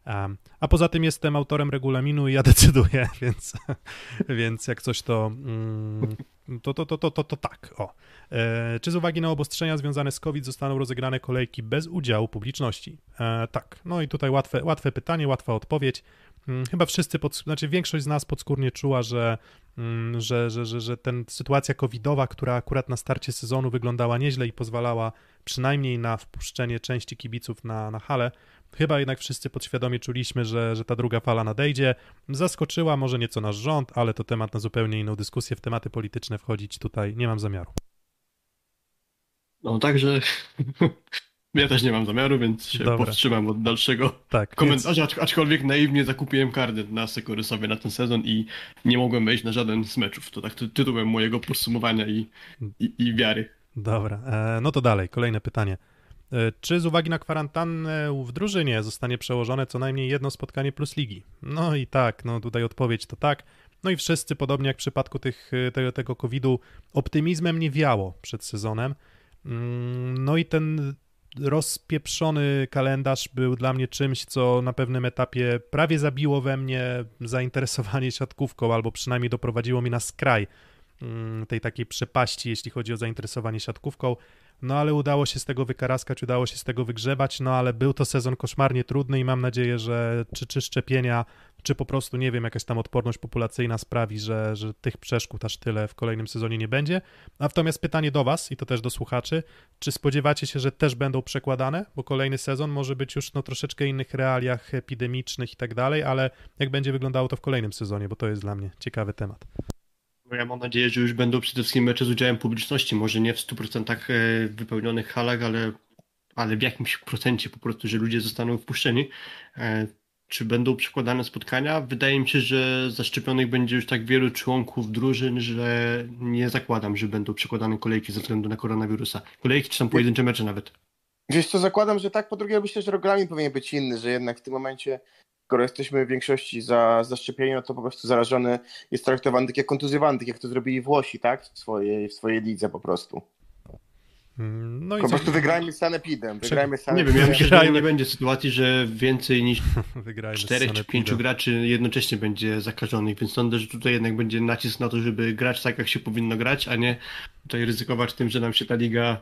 S3: A poza tym jestem autorem regulaminu i ja decyduję, więc jak coś to tak. Czy z uwagi na obostrzenia związane z COVID zostaną rozegrane kolejki bez udziału publiczności? Tak. No i tutaj łatwe pytanie, łatwa odpowiedź. Chyba wszyscy, większość z nas podskórnie czuła, że ten sytuacja covidowa, która akurat na starcie sezonu wyglądała nieźle i pozwalała przynajmniej na wpuszczenie części kibiców na halę, chyba jednak wszyscy podświadomie czuliśmy, że ta druga fala nadejdzie. Zaskoczyła może nieco nasz rząd, ale to temat na zupełnie inną dyskusję. W tematy polityczne wchodzić tutaj nie mam zamiaru.
S4: No także ja też nie mam zamiaru, więc się powstrzymam od dalszego komentarza, aczkolwiek naiwnie zakupiłem karnet na Sekorysowie na ten sezon i nie mogłem wejść na żaden z meczów. To tak tytułem mojego podsumowania i wiary.
S3: Dobra, no to dalej, kolejne pytanie. Czy z uwagi na kwarantannę w drużynie zostanie przełożone co najmniej jedno spotkanie plus ligi? No i tak, no tutaj odpowiedź to tak. No i wszyscy, podobnie jak w przypadku tego COVID-u, optymizmem nie wiało przed sezonem. No i ten rozpieprzony kalendarz był dla mnie czymś, co na pewnym etapie prawie zabiło we mnie zainteresowanie siatkówką, albo przynajmniej doprowadziło mnie na skraj tej takiej przepaści, jeśli chodzi o zainteresowanie siatkówką. no ale udało się z tego wykaraskać, udało się z tego wygrzebać, no ale był to sezon koszmarnie trudny i mam nadzieję, że czy szczepienia, czy po prostu, nie wiem, jakaś tam odporność populacyjna sprawi, że tych przeszkód aż tyle w kolejnym sezonie nie będzie. Natomiast pytanie do was i to też do słuchaczy, czy spodziewacie się, że też będą przekładane, bo kolejny sezon może być już troszeczkę innych realiach epidemicznych i tak dalej, ale jak będzie wyglądało to w kolejnym sezonie, bo to jest dla mnie ciekawy temat.
S4: No ja mam nadzieję, że już będą przede wszystkim mecze z udziałem publiczności, może nie w 100% wypełnionych halach, ale w jakimś procencie po prostu, że ludzie zostaną wpuszczeni. Czy będą przekładane spotkania? Wydaje mi się, że zaszczepionych będzie już tak wielu członków drużyn, że nie zakładam, że będą przekładane kolejki ze względu na koronawirusa. Kolejki czy tam pojedyncze mecze nawet.
S5: Wiesz co, zakładam, że tak. Po drugie, myślę, że regulamin powinien być inny, że jednak w tym momencie, skoro jesteśmy w większości za zaszczepienie, no to po prostu zarażony jest traktowany tak jak kontuzjowany, tak jak to zrobili Włosi, tak? W swojej lidze po prostu.
S3: No i
S5: Po prostu wygrajmy z Sanepidem.
S4: Nie wiem, ja myślę, że nie będzie sytuacji, że więcej niż
S3: wygrajmy
S4: 4 czy 5 graczy jednocześnie będzie zakażonych, więc sądzę, że tutaj jednak będzie nacisk na to, żeby grać tak, jak się powinno grać, a nie tutaj ryzykować tym, że nam się ta liga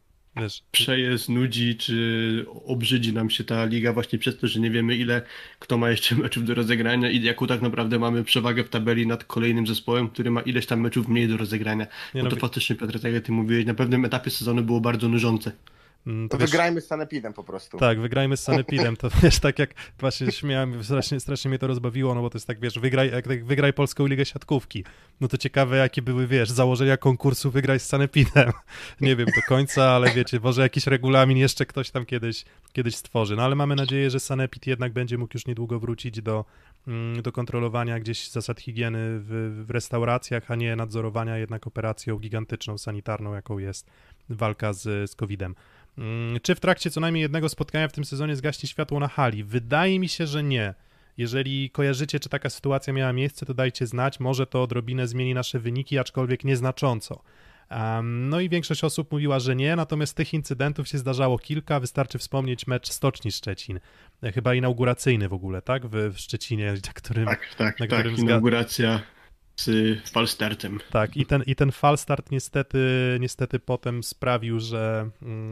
S4: przeje, znudzi, czy obrzydzi nam się ta liga właśnie przez to, że nie wiemy, ile kto ma jeszcze meczów do rozegrania i jaką tak naprawdę mamy przewagę w tabeli nad kolejnym zespołem, który ma ileś tam meczów mniej do rozegrania. Bo to faktycznie, Piotr, tak jak ty mówiłeś, na pewnym etapie sezonu było bardzo nużące.
S5: To wygrajmy z Sanepidem po prostu.
S3: Tak, wygrajmy z Sanepidem, to wiesz, tak jak właśnie śmiałem, strasznie mnie to rozbawiło, no bo to jest tak, wiesz, wygraj Polską Ligę Siatkówki, no to ciekawe jakie były, wiesz, założenia konkursu wygraj z Sanepidem, nie wiem do końca, ale wiecie, może jakiś regulamin jeszcze ktoś tam kiedyś stworzy, no ale mamy nadzieję, że Sanepid jednak będzie mógł już niedługo wrócić do kontrolowania gdzieś zasad higieny w restauracjach, a nie nadzorowania jednak operacją gigantyczną, sanitarną, jaką jest walka z COVID-em. Czy w trakcie co najmniej jednego spotkania w tym sezonie zgaśnie światło na hali? Wydaje mi się, że nie. Jeżeli kojarzycie, czy taka sytuacja miała miejsce, to dajcie znać. Może to odrobinę zmieni nasze wyniki, aczkolwiek nieznacząco. No i większość osób mówiła, że nie, natomiast tych incydentów się zdarzało kilka. Wystarczy wspomnieć mecz Stoczni Szczecin. Chyba inauguracyjny w ogóle, tak? W Szczecinie, na którym
S4: inauguracja z falstartem.
S3: Tak, i ten falstart niestety potem sprawił, że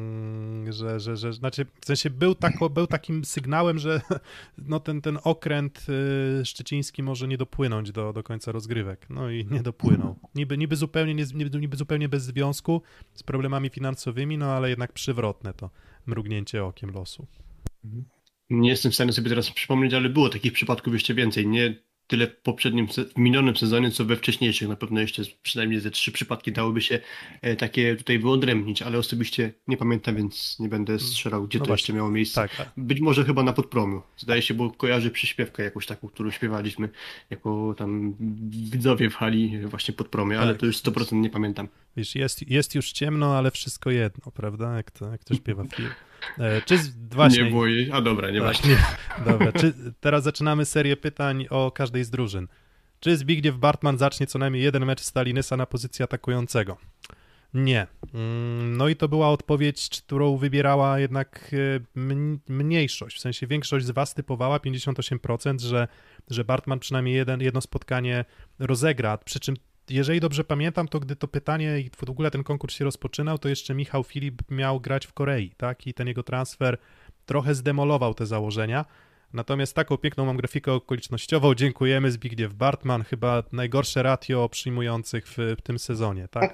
S3: znaczy, w sensie był takim sygnałem, że no ten okręt szczeciński może nie dopłynąć do końca rozgrywek. No i nie dopłynął. Niby zupełnie bez związku z problemami finansowymi, no ale jednak przywrotne to mrugnięcie okiem losu.
S4: Nie jestem w stanie sobie teraz przypomnieć, ale było takich przypadków jeszcze więcej. Nie tyle w minionym sezonie, co we wcześniejszych. Na pewno jeszcze przynajmniej ze 3 przypadki dałoby się takie tutaj wyodrębnić, ale osobiście nie pamiętam, więc nie będę strzelał, gdzie to jeszcze miało miejsce. Tak. Być może chyba na Podpromiu. Zdaje się, bo kojarzę przyśpiewkę jakąś taką, którą śpiewaliśmy jako tam widzowie w hali właśnie Podpromie, ale to już 100% nie pamiętam.
S3: Wiesz, jest już ciemno, ale wszystko jedno, prawda? Jak to śpiewa film. Czy właśnie...
S4: Nie boję, a dobra, nie właśnie.
S3: Dobra, teraz zaczynamy serię pytań o każdej z drużyn. Czy Zbigniew Bartman zacznie co najmniej jeden mecz Stalinysa na pozycji atakującego? Nie. No i to była odpowiedź, którą wybierała jednak mniejszość, w sensie większość z was typowała, 58%, że Bartman przynajmniej jedno spotkanie rozegra, przy czym jeżeli dobrze pamiętam, to gdy to pytanie i w ogóle ten konkurs się rozpoczynał, to jeszcze Michał Filip miał grać w Korei, tak? I ten jego transfer trochę zdemolował te założenia. Natomiast taką piękną mam grafikę okolicznościową. Dziękujemy, Zbigniew Bartman. Chyba najgorsze ratio przyjmujących w tym sezonie, tak?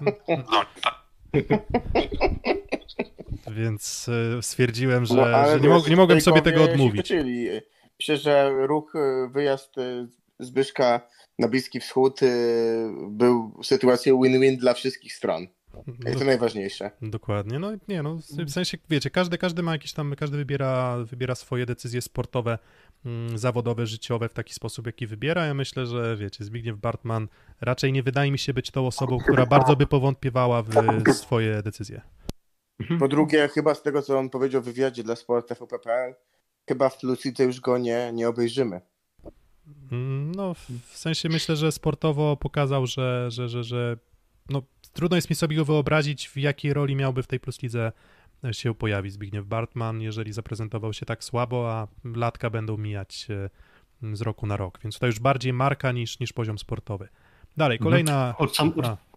S3: Więc stwierdziłem, że nie mogłem sobie tego odmówić.
S5: Myślę, że wyjazd Zbyszka na Bliski Wschód był sytuacją win-win dla wszystkich stron. I to najważniejsze.
S3: Dokładnie. No nie, no w sensie, wiecie, każdy ma jakieś tam, każdy wybiera swoje decyzje sportowe, zawodowe, życiowe w taki sposób, jaki wybiera. Ja myślę, że wiecie, Zbigniew Bartman raczej nie wydaje mi się być tą osobą, która bardzo by powątpiewała w swoje decyzje.
S5: Po drugie, chyba z tego, co on powiedział w wywiadzie dla Sport TVP.pl, chyba w Lucidze już go nie obejrzymy.
S3: No, w sensie myślę, że sportowo pokazał, że no, trudno jest mi sobie go wyobrazić, w jakiej roli miałby w tej Plus Lidze się pojawić Zbigniew Bartman, jeżeli zaprezentował się tak słabo, a latka będą mijać z roku na rok, więc to już bardziej marka niż poziom sportowy. Dalej, kolejna...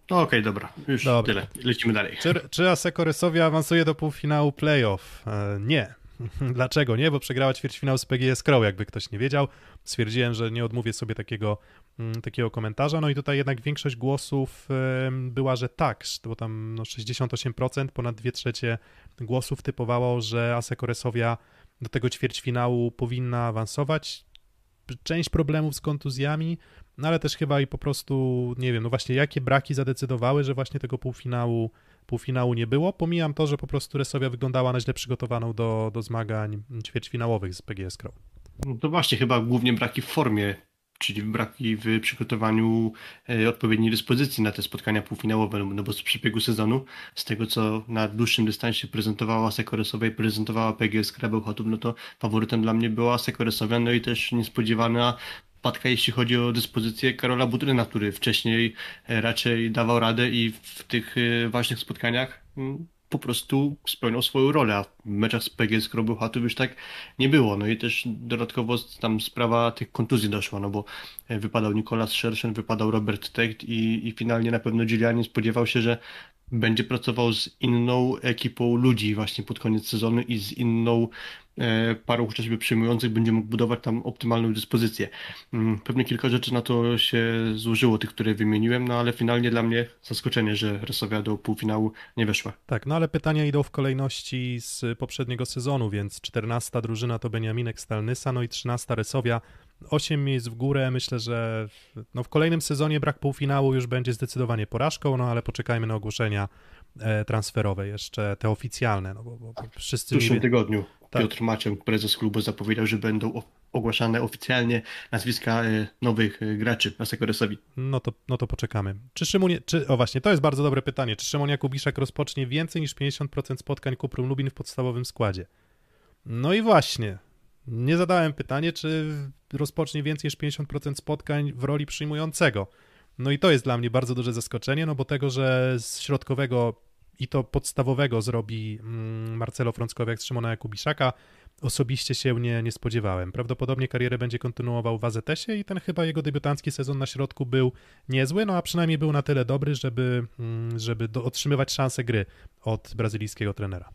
S4: No okej, dobra, już
S3: Dobra.
S4: tyle. Lecimy dalej.
S3: Czy Asseco Resovia awansuje do półfinału playoff? Nie. Dlaczego nie? Bo przegrała ćwierćfinał z PGS Crow, jakby ktoś nie wiedział. Stwierdziłem, że nie odmówię sobie takiego komentarza. No i tutaj jednak większość głosów była, że tak, bo tam 68%, ponad 2/3 głosów typowało, że Asseco Resovia do tego ćwierćfinału powinna awansować. Część problemów z kontuzjami, no ale też chyba i po prostu, nie wiem, no właśnie jakie braki zadecydowały, że właśnie tego półfinału nie było. Pomijam to, że po prostu Resovia wyglądała na źle przygotowaną do zmagań ćwierćfinałowych z PGS Crow.
S4: No to właśnie chyba głównie braki w formie, czyli braki w przygotowaniu odpowiedniej dyspozycji na te spotkania półfinałowe, no bo z przebiegu sezonu, z tego co na dłuższym dystansie prezentowała Asseco Resovia i prezentowała PGS Krabełchatów, no to faworytem dla mnie była Asseco Resovia, no i też niespodziewana wpadka, jeśli chodzi o dyspozycję Karola Butryna, który wcześniej raczej dawał radę i w tych ważnych spotkaniach po prostu spełniał swoją rolę, a w meczach z PGS Krabełchatów już tak nie było. No i też dodatkowo tam sprawa tych kontuzji doszła, no bo wypadał Nicolas Szerszen, wypadał Robert Techt i finalnie na pewno Giuliani spodziewał się, że będzie pracował z inną ekipą ludzi właśnie pod koniec sezonu i z inną parą chociażby przyjmujących będzie mógł budować tam optymalną dyspozycję. Pewnie kilka rzeczy na to się złożyło, tych, które wymieniłem, no ale finalnie dla mnie zaskoczenie, że Resovia do półfinału nie weszła.
S3: Tak, no ale pytania idą w kolejności z poprzedniego sezonu, więc 14. drużyna to Beniaminek Stalnysa, no i 13. Resovia. 8 miejsc w górę, myślę, że no w kolejnym sezonie brak półfinału już będzie zdecydowanie porażką, no ale poczekajmy na ogłoszenia transferowe, jeszcze te oficjalne, no bo wszyscy...
S4: W przyszłym tygodniu
S3: Tak.
S4: Piotr Maciek, prezes klubu, zapowiedział, że będą ogłaszane oficjalnie nazwiska nowych graczy Asseco Resovii.
S3: No to poczekamy. O właśnie, to jest bardzo dobre pytanie. Czy Szymon Jakubiszak rozpocznie więcej niż 50% spotkań Kuprum Lubin w podstawowym składzie? No i właśnie, nie zadałem pytania, czy rozpocznie więcej niż 50% spotkań w roli przyjmującego. No i to jest dla mnie bardzo duże zaskoczenie, no bo tego, że z środkowego i to podstawowego zrobi Marcelo Frąckowiak z Szymona Jakubiszaka, osobiście się nie spodziewałem. Prawdopodobnie karierę będzie kontynuował w AZS-ie i ten chyba jego debiutancki sezon na środku był niezły, no a przynajmniej był na tyle dobry, żeby otrzymywać szansę gry od brazylijskiego trenera.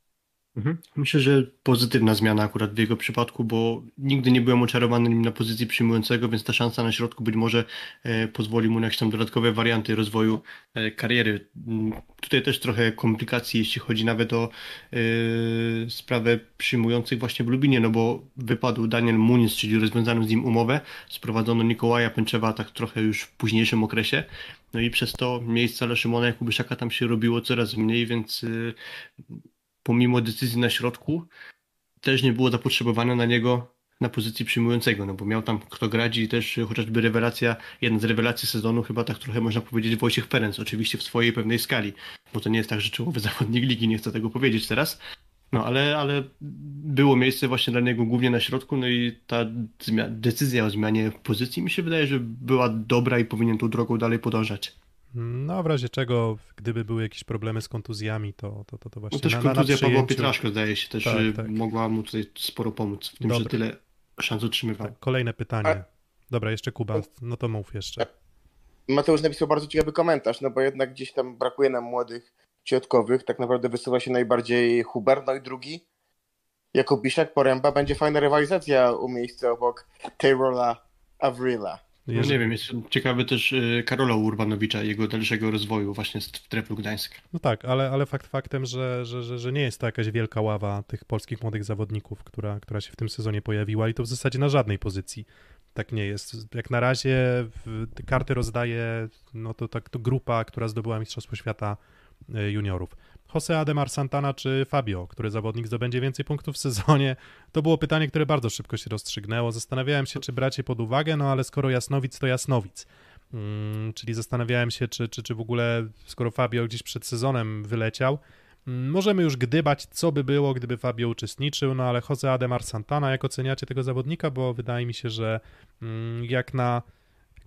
S4: Myślę, że pozytywna zmiana akurat w jego przypadku, bo nigdy nie byłem oczarowany nim na pozycji przyjmującego, więc ta szansa na środku być może pozwoli mu na jakieś tam dodatkowe warianty rozwoju kariery. Tutaj też trochę komplikacji, jeśli chodzi nawet o sprawę przyjmujących właśnie w Lubinie, no bo wypadł Daniel Muniz, czyli rozwiązano z nim umowę, sprowadzono Nikołaja Pęczewa tak trochę już w późniejszym okresie, no i przez to miejsca dla Szymona Jakubiszaka tam się robiło coraz mniej, więc pomimo decyzji na środku, też nie było zapotrzebowania na niego na pozycji przyjmującego, no bo miał tam kto grać i też chociażby rewelacja, jedna z rewelacji sezonu, chyba tak trochę można powiedzieć, Wojciech Ferenc, oczywiście w swojej pewnej skali, bo to nie jest tak, że czołowy zawodnik ligi, nie chcę tego powiedzieć teraz, no ale było miejsce właśnie dla niego głównie na środku, no i ta decyzja o zmianie pozycji mi się wydaje, że była dobra i powinien tą drogą dalej podążać.
S3: No, w razie czego, gdyby były jakieś problemy z kontuzjami, to właśnie
S4: No też
S3: na
S4: kontuzja Pawła
S3: przyjęciu...
S4: Pietraszko zdaje się też
S3: Tak.
S4: mogła mu tutaj sporo pomóc w tym,
S3: Dobra.
S4: że tyle szans otrzymywał.
S3: Tak, kolejne pytanie. Dobra, jeszcze Kuba, no to mów jeszcze.
S5: Mateusz napisał bardzo ciekawy komentarz, no bo jednak gdzieś tam brakuje nam młodych środkowych, tak naprawdę wysuwa się najbardziej Huber, no i drugi Jakubiszak, Poręba, będzie fajna rywalizacja u miejsca obok Tayrola Avrila.
S4: No nie wiem, jest ciekawy też Karola Urbanowicza i jego dalszego rozwoju właśnie w Treflu Gdańsk.
S3: No tak, ale fakt faktem, że nie jest to jakaś wielka ława tych polskich młodych zawodników, która się w tym sezonie pojawiła i to w zasadzie na żadnej pozycji tak nie jest. Jak na razie karty rozdaje no to grupa, która zdobyła Mistrzostwo Świata juniorów. Jose Ademar Santana czy Fabio, który zawodnik zdobędzie więcej punktów w sezonie? To było pytanie, które bardzo szybko się rozstrzygnęło. Zastanawiałem się, czy brać je pod uwagę, no ale skoro Jasnowic, to Jasnowic. Czyli zastanawiałem się, czy w ogóle, skoro Fabio gdzieś przed sezonem wyleciał, możemy już gdybać, co by było, gdyby Fabio uczestniczył, no ale Jose Ademar Santana, jak oceniacie tego zawodnika? Bo wydaje mi się, że jakby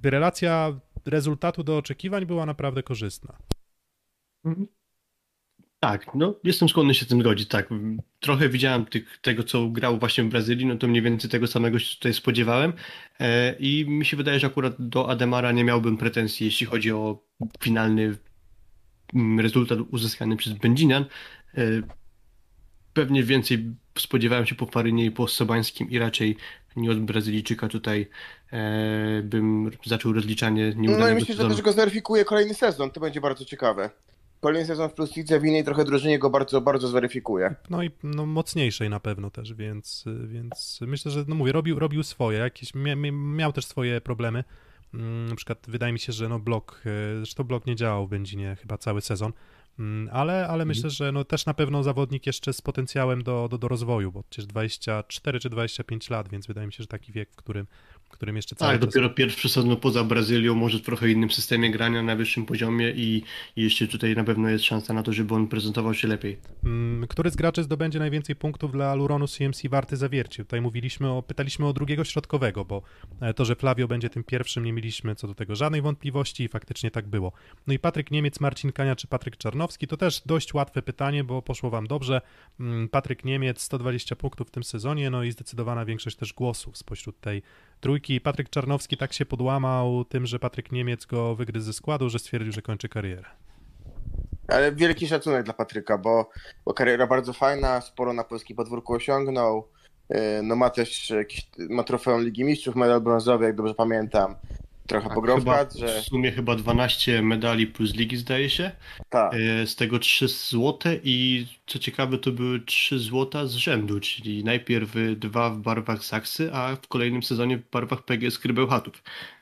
S3: relacja rezultatu do oczekiwań była naprawdę korzystna.
S4: Tak, no jestem skłonny się z tym zgodzić, tak. Trochę widziałem tego, co grał właśnie w Brazylii, no to mniej więcej tego samego się tutaj spodziewałem i mi się wydaje, że akurat do Ademara nie miałbym pretensji, jeśli chodzi o finalny rezultat uzyskany przez Będzinian. E, Pewnie więcej spodziewałem się po Farynie i po Sobańskim i raczej nie od Brazylijczyka tutaj bym zaczął rozliczanie
S5: No i
S4: nieudanego
S5: myślę, że
S4: sezonu.
S5: też go zweryfikuje kolejny sezon, to będzie bardzo ciekawe. Kolejny sezon w Plus Lidze w innej trochę drużynie go bardzo, bardzo zweryfikuje.
S3: No i no, mocniejszej na pewno też, więc myślę, że no mówię, robił swoje, miał też swoje problemy. Na przykład wydaje mi się, że no zresztą blok nie działał w Będzinie chyba cały sezon, ale myślę, że no też na pewno zawodnik jeszcze z potencjałem do rozwoju, bo przecież 24 czy 25 lat, więc wydaje mi się, że taki wiek, w którym jeszcze cały
S4: Tak,
S3: czas...
S4: dopiero pierwszy sezon poza Brazylią, może w trochę innym systemie grania na wyższym poziomie i jeszcze tutaj na pewno jest szansa na to, żeby on prezentował się lepiej.
S3: Który z graczy zdobędzie najwięcej punktów dla Luronu CMC Warty Zawiercie? Tutaj pytaliśmy o drugiego środkowego, bo to, że Flavio będzie tym pierwszym, nie mieliśmy co do tego żadnej wątpliwości i faktycznie tak było. No i Patryk Niemiec, Marcin Kania czy Patryk Czarnowski? To też dość łatwe pytanie, bo poszło wam dobrze. Patryk Niemiec 120 punktów w tym sezonie, no i zdecydowana większość też głosów spośród tej trójki. Patryk Czarnowski tak się podłamał tym, że Patryk Niemiec go wygryzł ze składu, że stwierdził, że kończy karierę.
S5: Ale wielki szacunek dla Patryka, bo kariera bardzo fajna, sporo na polskim podwórku osiągnął. No ma trofeum Ligi Mistrzów, medal brązowy, jak dobrze pamiętam. Trochę pograł w kadrze.
S4: W sumie chyba 12 medali plus ligi zdaje się.
S5: Tak.
S4: Z tego 3 złote i co ciekawe to były 3 złota z rzędu, czyli najpierw 2 w barwach Saksy, a w kolejnym sezonie w barwach PGS Krybełchatów.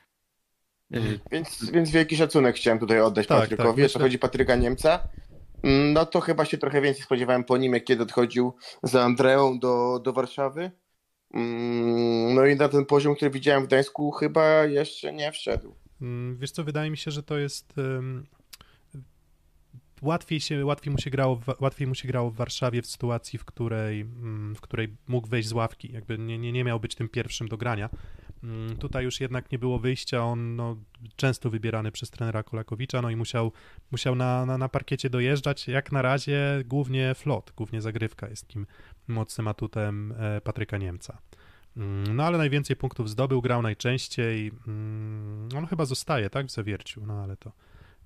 S5: Więc wielki szacunek chciałem tutaj oddać
S3: Tak,
S5: Patrykowi.
S3: tak,
S5: Jeśli
S3: myślę-
S5: chodzi Patryka Niemca, no to chyba się trochę więcej spodziewałem po nim, jak kiedy odchodził za Andreą do Warszawy. No i na ten poziom, który widziałem w Gdańsku, chyba jeszcze nie wszedł.
S3: Wiesz co, wydaje mi się, że to jest łatwiej mu się grało w Warszawie w sytuacji, w której mógł wejść z ławki, jakby nie miał być tym pierwszym do grania. Tutaj już jednak nie było wyjścia, on no, często wybierany przez trenera Kolakowicza, no i musiał na parkiecie dojeżdżać. Jak na razie głównie flot, głównie zagrywka jest takim mocnym atutem Patryka Niemca. No ale najwięcej punktów zdobył, grał najczęściej. On chyba zostaje, tak, w Zawierciu, no ale to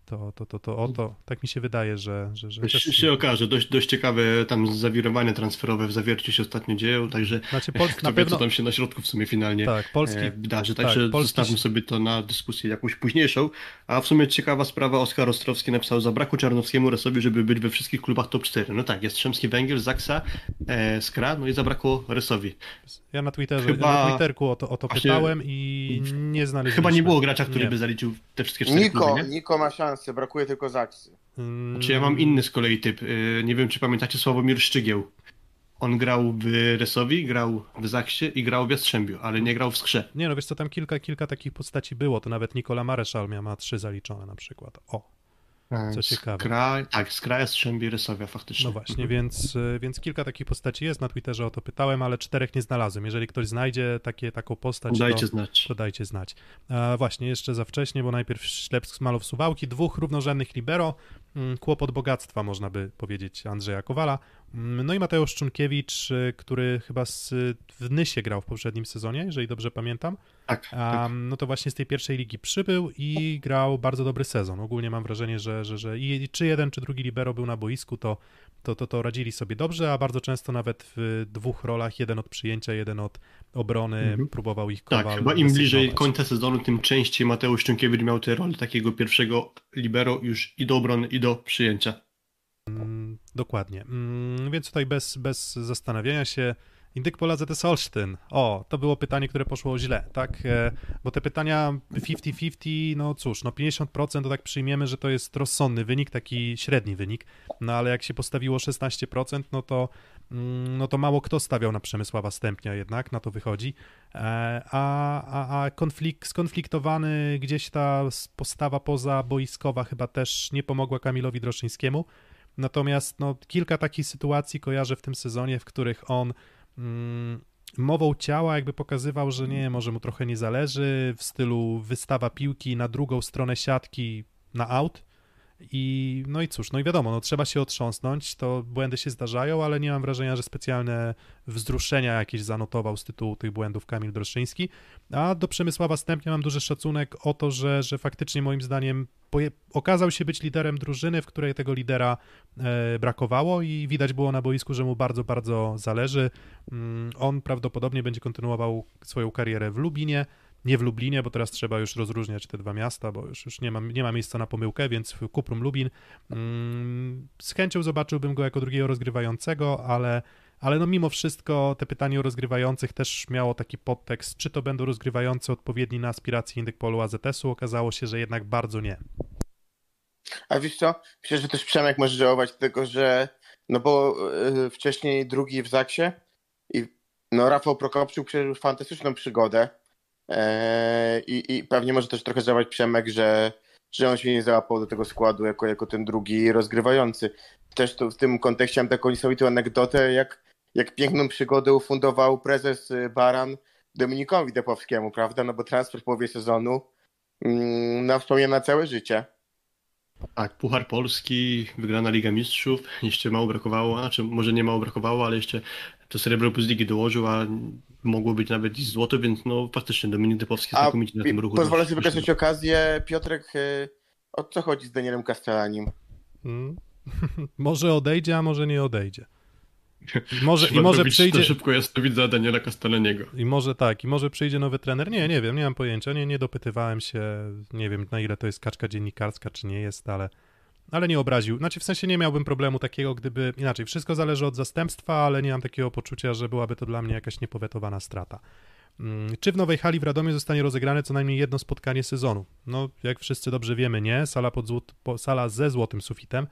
S3: tak mi się wydaje, że też...
S4: Się okaże, dość ciekawe tam zawirowania transferowe w Zawierciu się ostatnio dzieją, także
S3: Znaczy,
S4: kto
S3: na
S4: wie,
S3: pewno...
S4: co tam się na środku w sumie finalnie
S3: Tak, Polski...
S4: wydarzy,
S3: tak,
S4: także
S3: Polski-
S4: zostawmy sobie to na dyskusję jakąś późniejszą, a w sumie ciekawa sprawa, Oskar Ostrowski napisał: zabrakło Czarnowskiemu Resowi, żeby być we wszystkich klubach top 4. No tak, jest Jastrzębski Węgiel, Zaksa, Skra, no i zabrakło Resowi.
S3: Ja na Twitterze,
S4: Chyba-
S3: na Twitterku o to
S4: właśnie-
S3: pytałem i nie znaleźliśmy.
S4: Chyba nie było gracza, który
S3: Nie.
S4: by zaliczył te wszystkie 4 kluby, nie?
S5: Niko ma szansę, brakuje tylko Zaksy.
S4: Czy ja mam inny z kolei typ. Nie wiem, czy pamiętacie Sławomir Szczygieł. On grał w Resowi, grał w Zaksie i grał w Jastrzębiu, ale nie grał w Skrze.
S3: Nie, no wiesz co, tam kilka takich postaci było, to nawet Nikola Mareszal ma 3 zaliczone na przykład. O, co ciekawe.
S4: Skra, Jastrzębie i Resowia faktycznie.
S3: No właśnie, więc kilka takich postaci jest, na Twitterze o to pytałem, ale 4 nie znalazłem. Jeżeli ktoś znajdzie taką postać,
S4: Dajcie znać.
S3: to dajcie znać. Właśnie, jeszcze za wcześnie, bo najpierw Ślepsk, Smalow, Suwałki, 2 równorzędnych libero, kłopot bogactwa, można by powiedzieć, Andrzeja Kowala. No i Mateusz Czunkiewicz, który chyba w Nysie grał w poprzednim sezonie, jeżeli dobrze pamiętam.
S4: Tak.
S3: No to właśnie z tej pierwszej ligi przybył i grał bardzo dobry sezon. Ogólnie mam wrażenie, że czy jeden, czy drugi libero był na boisku, to radzili sobie dobrze, a bardzo często nawet w 2 rolach, jeden od przyjęcia, jeden od obrony, próbował ich Kowal
S4: Tak, chyba im bliżej
S3: desygnować.
S4: końca sezonu, tym częściej Mateusz Czunkiewicz miał tę rolę takiego pierwszego libero już i do obrony, i do przyjęcia.
S3: Dokładnie. Więc tutaj bez zastanawiania się, Indyk Pola ZS Olsztyn. O, to było pytanie, które poszło źle, tak? Bo te pytania 50-50, no cóż, no 50% to tak przyjmiemy, że to jest rozsądny wynik, taki średni wynik, no ale jak się postawiło 16%, no to mało kto stawiał na Przemysława Stępnia jednak, na to wychodzi, a skonfliktowany gdzieś ta postawa pozaboiskowa chyba też nie pomogła Kamilowi Droszyńskiemu. Natomiast no, kilka takich sytuacji kojarzę w tym sezonie, w których on mową ciała jakby pokazywał, że nie, może mu trochę nie zależy, w stylu wystawa piłki na drugą stronę siatki na out No i cóż, no i wiadomo, no trzeba się otrząsnąć, to błędy się zdarzają, ale nie mam wrażenia, że specjalne wzruszenia jakieś zanotował z tytułu tych błędów Kamil Droszyński, a do Przemysława Stępnia mam duży szacunek o to, że faktycznie moim zdaniem okazał się być liderem drużyny, w której tego lidera brakowało i widać było na boisku, że mu bardzo, bardzo zależy. On prawdopodobnie będzie kontynuował swoją karierę w Lubinie, nie w Lublinie, bo teraz trzeba już rozróżniać te dwa miasta, bo już nie ma miejsca na pomyłkę, więc w Kuprum Lubin. Z chęcią zobaczyłbym go jako drugiego rozgrywającego, ale no mimo wszystko te pytanie o rozgrywających też miało taki podtekst, czy to będą rozgrywający odpowiedni na aspiracje Indykpolu AZS-u. Okazało się, że jednak bardzo nie.
S5: A wiesz co, myślę, że też Przemek może żałować tego, że no bo wcześniej drugi w Zaksie i no Rafał Prokopczuk przeżył fantastyczną przygodę i pewnie może też trochę żałować Przemek, że on się nie załapał do tego składu jako ten drugi rozgrywający. Też to w tym kontekście mam taką niesamowitą anegdotę, jak piękną przygodę ufundował prezes Baran Dominikowi Depowskiemu, prawda? No bo transfer w połowie sezonu na wspomniane na całe życie.
S4: Tak, Puchar Polski, wygrana Liga Mistrzów, jeszcze mało brakowało, znaczy może nie mało brakowało, ale jeszcze to srebro plus ligi dołożył, a mogło być nawet i złoto, więc no faktycznie Dominik Depowski znakomicie na tym ruchu.
S5: Pozwolę sobie wykorzystać okazję. Piotrek, o co chodzi z Danielem Castellanim?
S3: Może odejdzie, a może nie odejdzie.
S4: I może przyjdzie szybko jasnowidza Daniela Castellaniego.
S3: I może przyjdzie nowy trener. Nie wiem, nie mam pojęcia, nie dopytywałem się, nie wiem na ile to jest kaczka dziennikarska, czy nie jest, ale nie obraził. Znaczy w sensie nie miałbym problemu takiego, gdyby, inaczej, wszystko zależy od zastępstwa, ale nie mam takiego poczucia, że byłaby to dla mnie jakaś niepowetowana strata. Czy w Nowej Hali w Radomiu zostanie rozegrane co najmniej jedno spotkanie sezonu? No, jak wszyscy dobrze wiemy, nie. Sala ze złotym sufitem.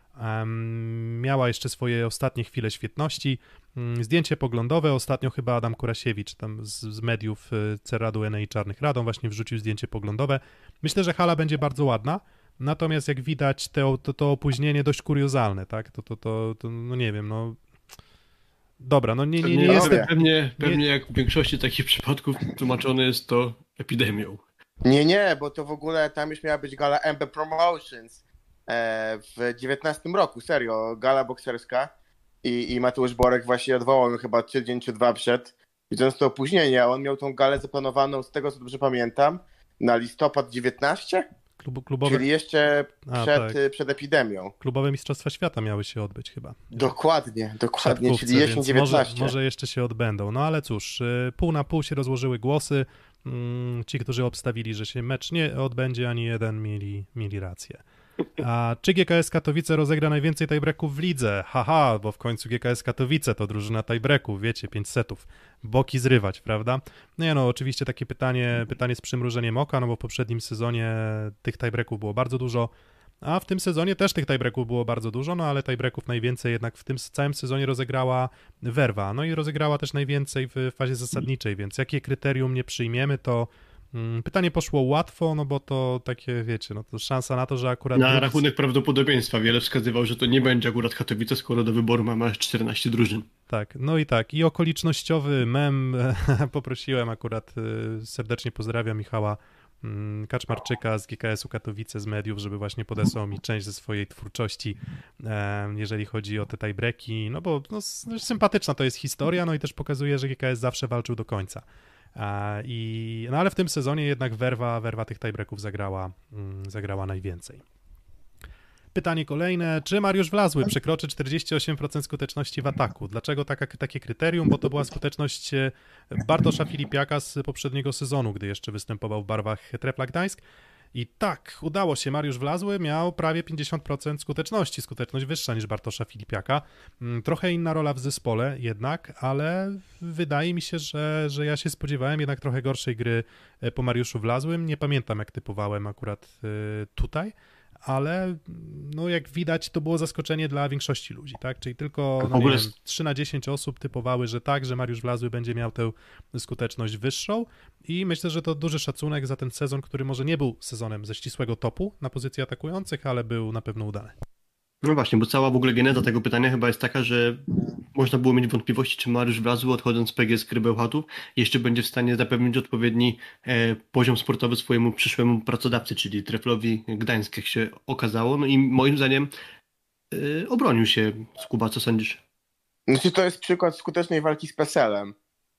S3: Miała jeszcze swoje ostatnie chwile świetności. Zdjęcie poglądowe, ostatnio chyba Adam Kurasiewicz tam z mediów Cerradu Enei Czarnych Radom właśnie wrzucił zdjęcie poglądowe. Myślę, że hala będzie bardzo ładna, natomiast jak widać to opóźnienie dość kuriozalne, tak? To no nie wiem, no dobra, no nie jestem...
S4: Pewnie jak w większości takich przypadków tłumaczone jest to epidemią.
S5: Nie, bo to w ogóle tam już miała być gala MB Promotions w 19 roku, serio, gala bokserska i Mateusz Borek właśnie odwołał ją chyba tydzień czy dwa przed, widząc to opóźnienie, a on miał tą galę zaplanowaną, z tego co dobrze pamiętam, na listopad 19?
S3: Klubowe...
S5: Czyli jeszcze przed epidemią.
S3: Klubowe Mistrzostwa Świata miały się odbyć chyba.
S5: Dokładnie, czyli jesień 19.
S3: Może jeszcze się odbędą, no ale cóż, pół na pół się rozłożyły głosy, ci, którzy obstawili, że się mecz nie odbędzie, ani jeden mieli rację. A czy GKS Katowice rozegra najwięcej tiebreaków w lidze? Haha, bo w końcu GKS Katowice to drużyna tiebreaków, wiecie, 5 setów, boki zrywać, prawda? Nie no, oczywiście takie pytanie z przymrużeniem oka, no bo w poprzednim sezonie tych tiebreaków było bardzo dużo, a w tym sezonie też tych tiebreaków było bardzo dużo, no ale tiebreaków najwięcej jednak w tym całym sezonie rozegrała Werwa, no i rozegrała też najwięcej w fazie zasadniczej, więc jakie kryterium nie przyjmiemy, to pytanie poszło łatwo, no bo to takie, wiecie, no to szansa na to, że akurat...
S4: Na rachunek prawdopodobieństwa wiele wskazywał, że to nie będzie akurat Katowice, skoro do wyboru mamy aż 14 drużyn.
S3: Tak, no i tak. I okolicznościowy mem poprosiłem akurat, serdecznie pozdrawiam Michała Kaczmarczyka z GKS-u Katowice, z mediów, żeby właśnie podesłał mi część ze swojej twórczości, jeżeli chodzi o te tiebreaki, no bo no, sympatyczna to jest historia, no i też pokazuje, że GKS zawsze walczył do końca. No ale w tym sezonie jednak Werwa tych tiebreaków zagrała najwięcej. Pytanie kolejne. Czy Mariusz Wlazły przekroczy 48% skuteczności w ataku? Dlaczego takie kryterium? Bo to była skuteczność Bartosza Filipiaka z poprzedniego sezonu, gdy jeszcze występował w barwach Trepla Gdańsk. I tak, udało się. Mariusz Wlazły miał prawie 50% skuteczności. Skuteczność wyższa niż Bartosza Filipiaka. Trochę inna rola w zespole jednak, ale wydaje mi się, że ja się spodziewałem jednak trochę gorszej gry po Mariuszu Wlazłym. Nie pamiętam, jak typowałem akurat tutaj, ale no jak widać, to było zaskoczenie dla większości ludzi, tak? Czyli tylko no, nie wiem, 3 na 10 osób typowały, że tak, że Mariusz Wlazły będzie miał tę skuteczność wyższą i myślę, że to duży szacunek za ten sezon, który może nie był sezonem ze ścisłego topu na pozycji atakujących, ale był na pewno udany.
S4: No właśnie, bo cała w ogóle geneza tego pytania chyba jest taka, że można było mieć wątpliwości, czy Mariusz Wlazły, odchodząc z PGS Krybełchatów, jeszcze będzie w stanie zapewnić odpowiedni poziom sportowy swojemu przyszłemu pracodawcy, czyli Treflowi Gdańsk, jak się okazało. No i moim zdaniem obronił się. Kuba, co sądzisz?
S5: Znaczy, to jest przykład skutecznej walki z PESEL-em.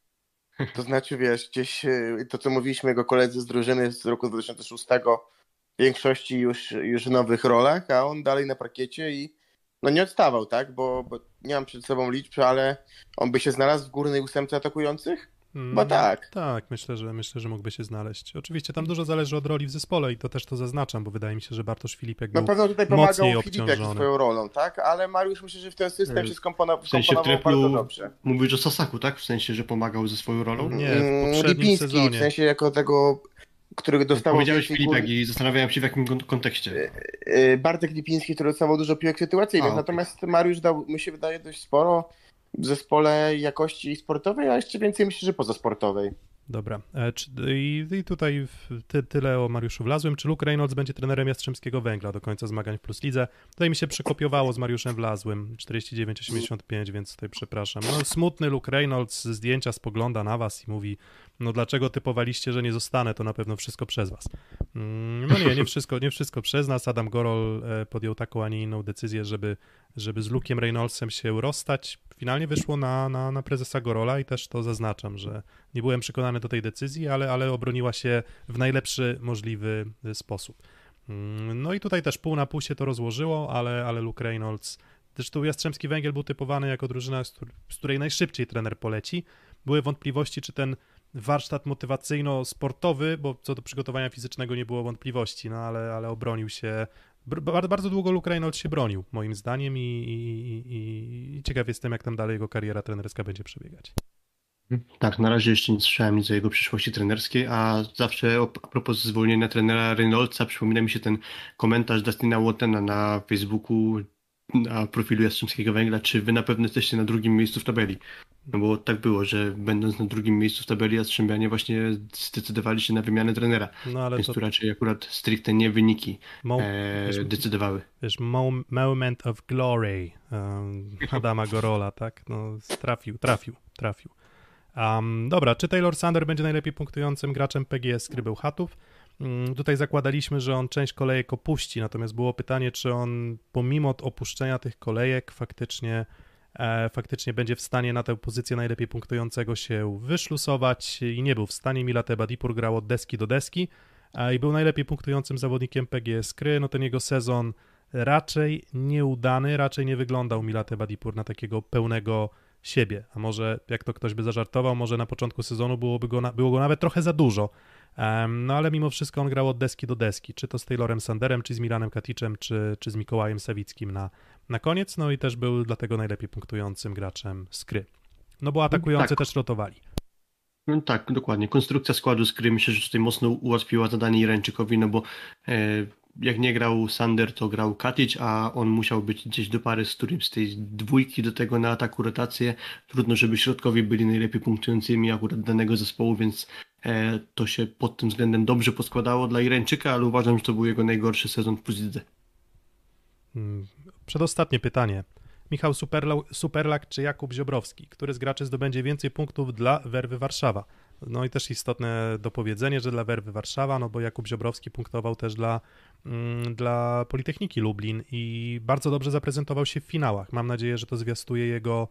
S5: To znaczy, wiesz, gdzieś to, co mówiliśmy jego koledzy z drużyny z roku 2006, w większości już w nowych rolach, a on dalej na parkiecie i no nie odstawał, tak? Bo nie mam przed sobą liczb, ale on by się znalazł w górnej ósemce atakujących? Bo tak.
S3: Tak, myślę, że mógłby się znaleźć. Oczywiście tam dużo zależy od roli w zespole i to też to zaznaczam, bo wydaje mi się, że Bartosz Filipek
S5: Na
S3: był
S5: pewno tutaj
S3: mocniej
S5: pomagał Filipek ze
S3: obciążony.
S5: swoją rolą, tak? Ale Mariusz myślę, że w ten system się
S4: W sensie w
S5: wkomponował bardzo
S4: Treflu
S5: dobrze.
S4: mówisz o Sasaku, tak? W sensie, że pomagał ze swoją rolą?
S3: Nie, w poprzednim
S5: Lipiński,
S3: sezonie.
S5: w sensie jako tego, którego dostawał
S4: Powiedziałeś
S5: więcej
S4: Filipek i zastanawiałem się, w jakim kontekście.
S5: Bartek Lipiński, który dostawał dużo piłek sytuacyjnych,
S4: A, okej.
S5: natomiast Mariusz dał, mi się wydaje, dość sporo w zespole jakości sportowej, a jeszcze więcej myślę, że pozasportowej.
S3: Dobra. I tutaj tyle o Mariuszu Wlazłym. Czy Luke Reynolds będzie trenerem Jastrzębskiego Węgla do końca zmagań w Plus Lidze? Tutaj mi się przekopiowało z Mariuszem Wlazłym 49,85, więc tutaj przepraszam. No, smutny Luke Reynolds z zdjęcia spogląda na was i mówi, no dlaczego typowaliście, że nie zostanę, to na pewno wszystko przez was. No nie wszystko przez nas. Adam Gorol podjął taką, a nie inną decyzję, żeby z Luke'iem Reynoldsem się rozstać. Finalnie wyszło na prezesa Gorola i też to zaznaczam, że nie byłem przekonany do tej decyzji, ale obroniła się w najlepszy możliwy sposób. No i tutaj też pół na pół się to rozłożyło, ale Luke Reynolds, zresztą Jastrzębski Węgiel był typowany jako drużyna, z której najszybciej trener poleci. Były wątpliwości, czy ten warsztat motywacyjno-sportowy, bo co do przygotowania fizycznego nie było wątpliwości, no ale obronił się. Bardzo długo Luke Reynolds się bronił, moim zdaniem, i ciekaw jestem, jak tam dalej jego kariera trenerska będzie przebiegać.
S4: Tak, na razie jeszcze nie słyszałem nic o jego przyszłości trenerskiej, a zawsze a propos zwolnienia trenera Reynoldsa przypomina mi się ten komentarz Dustina Wattena na Facebooku, na profilu Jastrzębskiego Węgla, czy wy na pewno jesteście na drugim miejscu w tabeli. No bo tak było, że będąc na drugim miejscu w tabeli Jastrzębianie właśnie zdecydowali się na wymianę trenera,
S3: No ale
S4: więc
S3: to
S4: tu raczej akurat stricte nie wyniki
S3: wiesz,
S4: decydowały.
S3: wiesz, moment of glory Adama Gorola, tak? No trafił. Dobra, czy Taylor Sander będzie najlepiej punktującym graczem PGS Krybełchatów? Tutaj zakładaliśmy, że on część kolejek opuści, natomiast było pytanie, czy on pomimo opuszczenia tych kolejek faktycznie będzie w stanie na tę pozycję najlepiej punktującego się wyszlusować i nie był w stanie. Milate Badipur grał od deski do deski i był najlepiej punktującym zawodnikiem PGS Kry. No ten jego sezon raczej nieudany, raczej nie wyglądał Milate Badipur na takiego pełnego siebie, a może jak to ktoś by zażartował, może na początku sezonu było go nawet trochę za dużo, no ale mimo wszystko on grał od deski do deski, czy to z Taylorem Sanderem, czy z Milanem Katiczem, czy z Mikołajem Sawickim na koniec, no i też był dlatego najlepiej punktującym graczem Skry. No bo atakujący
S4: Tak.
S3: też rotowali.
S4: No tak, dokładnie. Konstrukcja składu Skry myślę, że tutaj mocno ułatwiła zadanie Irańczykowi, no bo jak nie grał Sander, to grał Katic, a on musiał być gdzieś do pary z którymś z tej dwójki, do tego na ataku rotację. Trudno, żeby środkowi byli najlepiej punktującymi akurat danego zespołu, więc to się pod tym względem dobrze poskładało dla Irańczyka, ale uważam, że to był jego najgorszy sezon w Plus Lidze.
S3: Przedostatnie pytanie. Michał Superlak czy Jakub Ziobrowski? Który z graczy zdobędzie więcej punktów dla Werwy Warszawa? No i też istotne dopowiedzenie, że dla Werwy Warszawa, no bo Jakub Ziobrowski punktował też dla Politechniki Lublin i bardzo dobrze zaprezentował się w finałach. Mam nadzieję, że to zwiastuje jego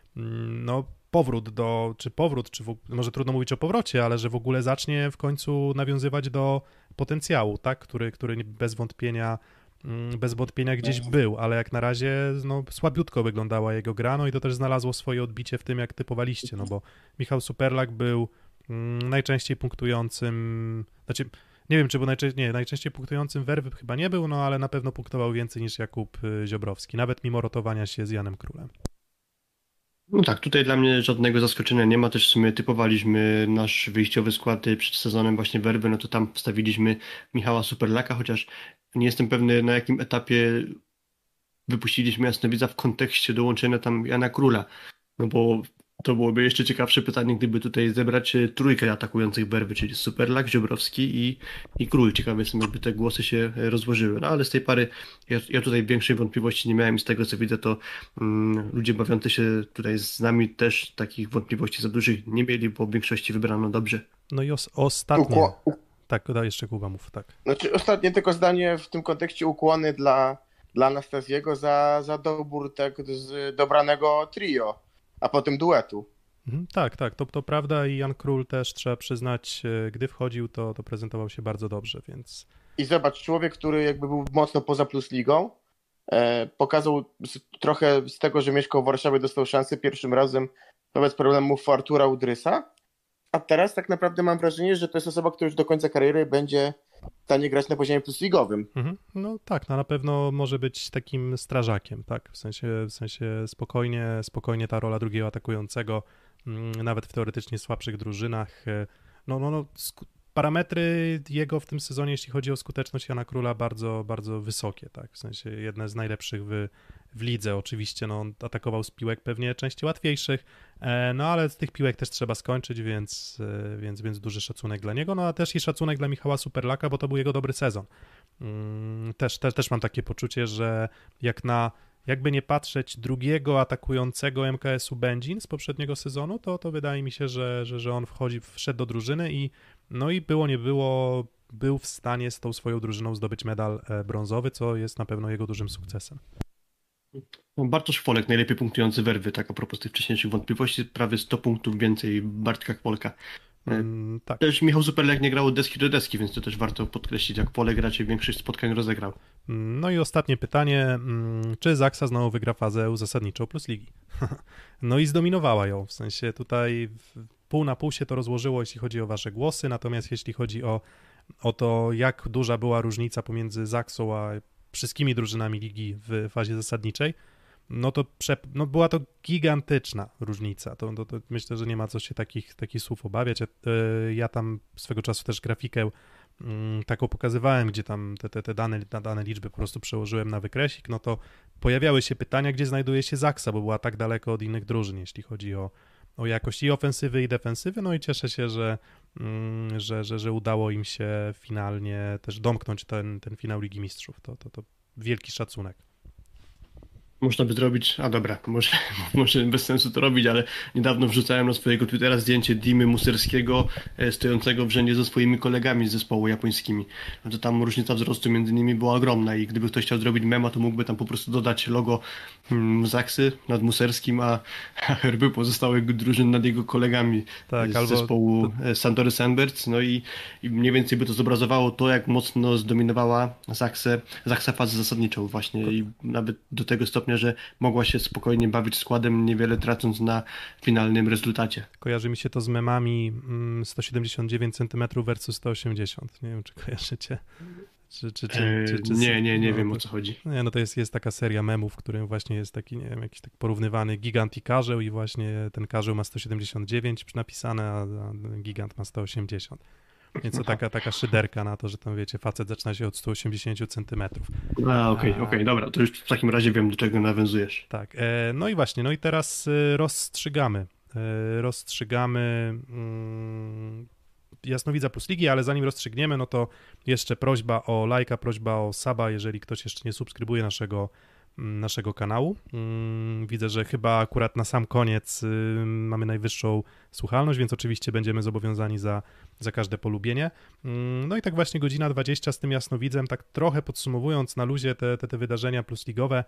S3: powrót, może trudno mówić o powrocie, ale że w ogóle zacznie w końcu nawiązywać do potencjału, tak, który bez wątpienia gdzieś był, ale jak na razie słabiutko wyglądała jego gra, no i to też znalazło swoje odbicie w tym, jak typowaliście, no bo Michał Superlak był najczęściej punktującym, znaczy nie wiem, czy był najczęściej punktującym Werwy chyba nie był, no ale na pewno punktował więcej niż Jakub Ziobrowski, nawet mimo rotowania się z Janem Królem.
S4: No tak, tutaj dla mnie żadnego zaskoczenia nie ma, też w sumie typowaliśmy nasz wyjściowy skład przed sezonem właśnie Werwy, no to tam wstawiliśmy Michała Superlaka, chociaż nie jestem pewny, na jakim etapie wypuściliśmy Jasnowidza w kontekście dołączenia tam Jana Króla, no bo To byłoby jeszcze ciekawsze pytanie, gdyby tutaj zebrać trójkę atakujących Werwy, czyli Superlak, Ziobrowski i Król. Ciekawe jestem, jakby te głosy się rozłożyły. No ale z tej pary ja tutaj większej wątpliwości nie miałem i z tego co widzę, to ludzie bawiący się tutaj z nami też takich wątpliwości za dużych nie mieli, bo w większości wybrano dobrze.
S3: No i ostatnie... Tak, daj jeszcze Kuba, mów, tak.
S5: Znaczy ostatnie tylko zdanie w tym kontekście, ukłony dla Anastazjego za dobór tak z dobranego trio, a potem duetu.
S3: Tak, to prawda i Jan Król też, trzeba przyznać, gdy wchodził, to prezentował się bardzo dobrze, więc...
S5: I zobacz, człowiek, który jakby był mocno poza Plus Ligą, pokazał trochę z tego, że mieszkał w Warszawie, dostał szansę pierwszym razem wobec problemów Artura Udrysa, a teraz tak naprawdę mam wrażenie, że to jest osoba, która już do końca kariery będzie w stanie grać na poziomie plusligowym.
S3: No tak, na pewno może być takim strażakiem, tak, w sensie spokojnie ta rola drugiego atakującego, nawet w teoretycznie słabszych drużynach, parametry jego w tym sezonie, jeśli chodzi o skuteczność Jana Króla, bardzo, bardzo wysokie, tak, w sensie jedne z najlepszych w lidze. Oczywiście on atakował z piłek pewnie częściej łatwiejszych, ale z tych piłek też trzeba skończyć, więc duży szacunek dla niego, a też i szacunek dla Michała Superlaka, bo to był jego dobry sezon. Też mam takie poczucie, że jakby nie patrzeć drugiego atakującego MKS-u Będzin z poprzedniego sezonu, to wydaje mi się, że on wszedł do drużyny i było nie było, był w stanie z tą swoją drużyną zdobyć medal brązowy, co jest na pewno jego dużym sukcesem.
S4: Bartosz Kwolek, najlepiej punktujący Werwy, tak a propos tych wcześniejszych wątpliwości, prawie 100 punktów więcej Bartka Kwolka.
S3: Tak.
S4: Też Michał Superlak nie grał od deski do deski, więc to też warto podkreślić, jak Kwolek raczej większość spotkań rozegrał.
S3: No i ostatnie pytanie, czy Zaksa znowu wygra fazę zasadniczą Plus Ligi? No i zdominowała ją, w sensie tutaj pół na pół się to rozłożyło, jeśli chodzi o wasze głosy, natomiast jeśli chodzi o to, jak duża była różnica pomiędzy Zaksą a wszystkimi drużynami ligi w fazie zasadniczej, była to gigantyczna różnica. To myślę, że nie ma co się takich słów obawiać. Ja tam swego czasu też grafikę taką pokazywałem, gdzie tam te dane liczby po prostu przełożyłem na wykresik, to pojawiały się pytania, gdzie znajduje się Zaksa, bo była tak daleko od innych drużyn, jeśli chodzi o jakość i ofensywy, i defensywy, i cieszę się, że udało im się finalnie też domknąć ten finał Ligi Mistrzów. To wielki szacunek.
S4: Można by zrobić, może bez sensu to robić, ale niedawno wrzucałem na swojego Twittera zdjęcie Dimy Muserskiego stojącego w rzędzie ze swoimi kolegami z zespołu japońskimi. No to tam różnica wzrostu między nimi była ogromna i gdyby ktoś chciał zrobić mema, to mógłby tam po prostu dodać logo Zaksy nad Muserskim, a herby pozostałych drużyn nad jego kolegami z zespołu Santory Sandbergs. No i mniej więcej by to zobrazowało to, jak mocno zdominowała Zaksa fazę zasadniczą właśnie i nawet do tego stopnia, że mogła się spokojnie bawić składem, niewiele tracąc na finalnym rezultacie.
S3: Kojarzy mi się to z memami 179 cm versus 180. Nie wiem, czy kojarzycie.
S4: Nie wiem, o co chodzi.
S3: Nie, to jest taka seria memów, w którym właśnie jest taki, nie wiem, jakiś tak porównywany gigant i karzeł i właśnie ten karzeł ma 179 napisane, a gigant ma 180. Więc to taka szyderka na to, że tam wiecie, facet zaczyna się od 180 centymetrów.
S4: Okej, dobra, to już w takim razie wiem, do czego nawiązujesz.
S3: Tak, no i właśnie, i teraz rozstrzygamy Jasnowidza Plus Ligi, ale zanim rozstrzygniemy, to jeszcze prośba o lajka, prośba o suba, jeżeli ktoś jeszcze nie subskrybuje naszego kanału. Widzę, że chyba akurat na sam koniec mamy najwyższą słuchalność, więc oczywiście będziemy zobowiązani za każde polubienie. No i tak właśnie godzina 20 z tym Jasnowidzem, tak trochę podsumowując na luzie te wydarzenia plusligowe,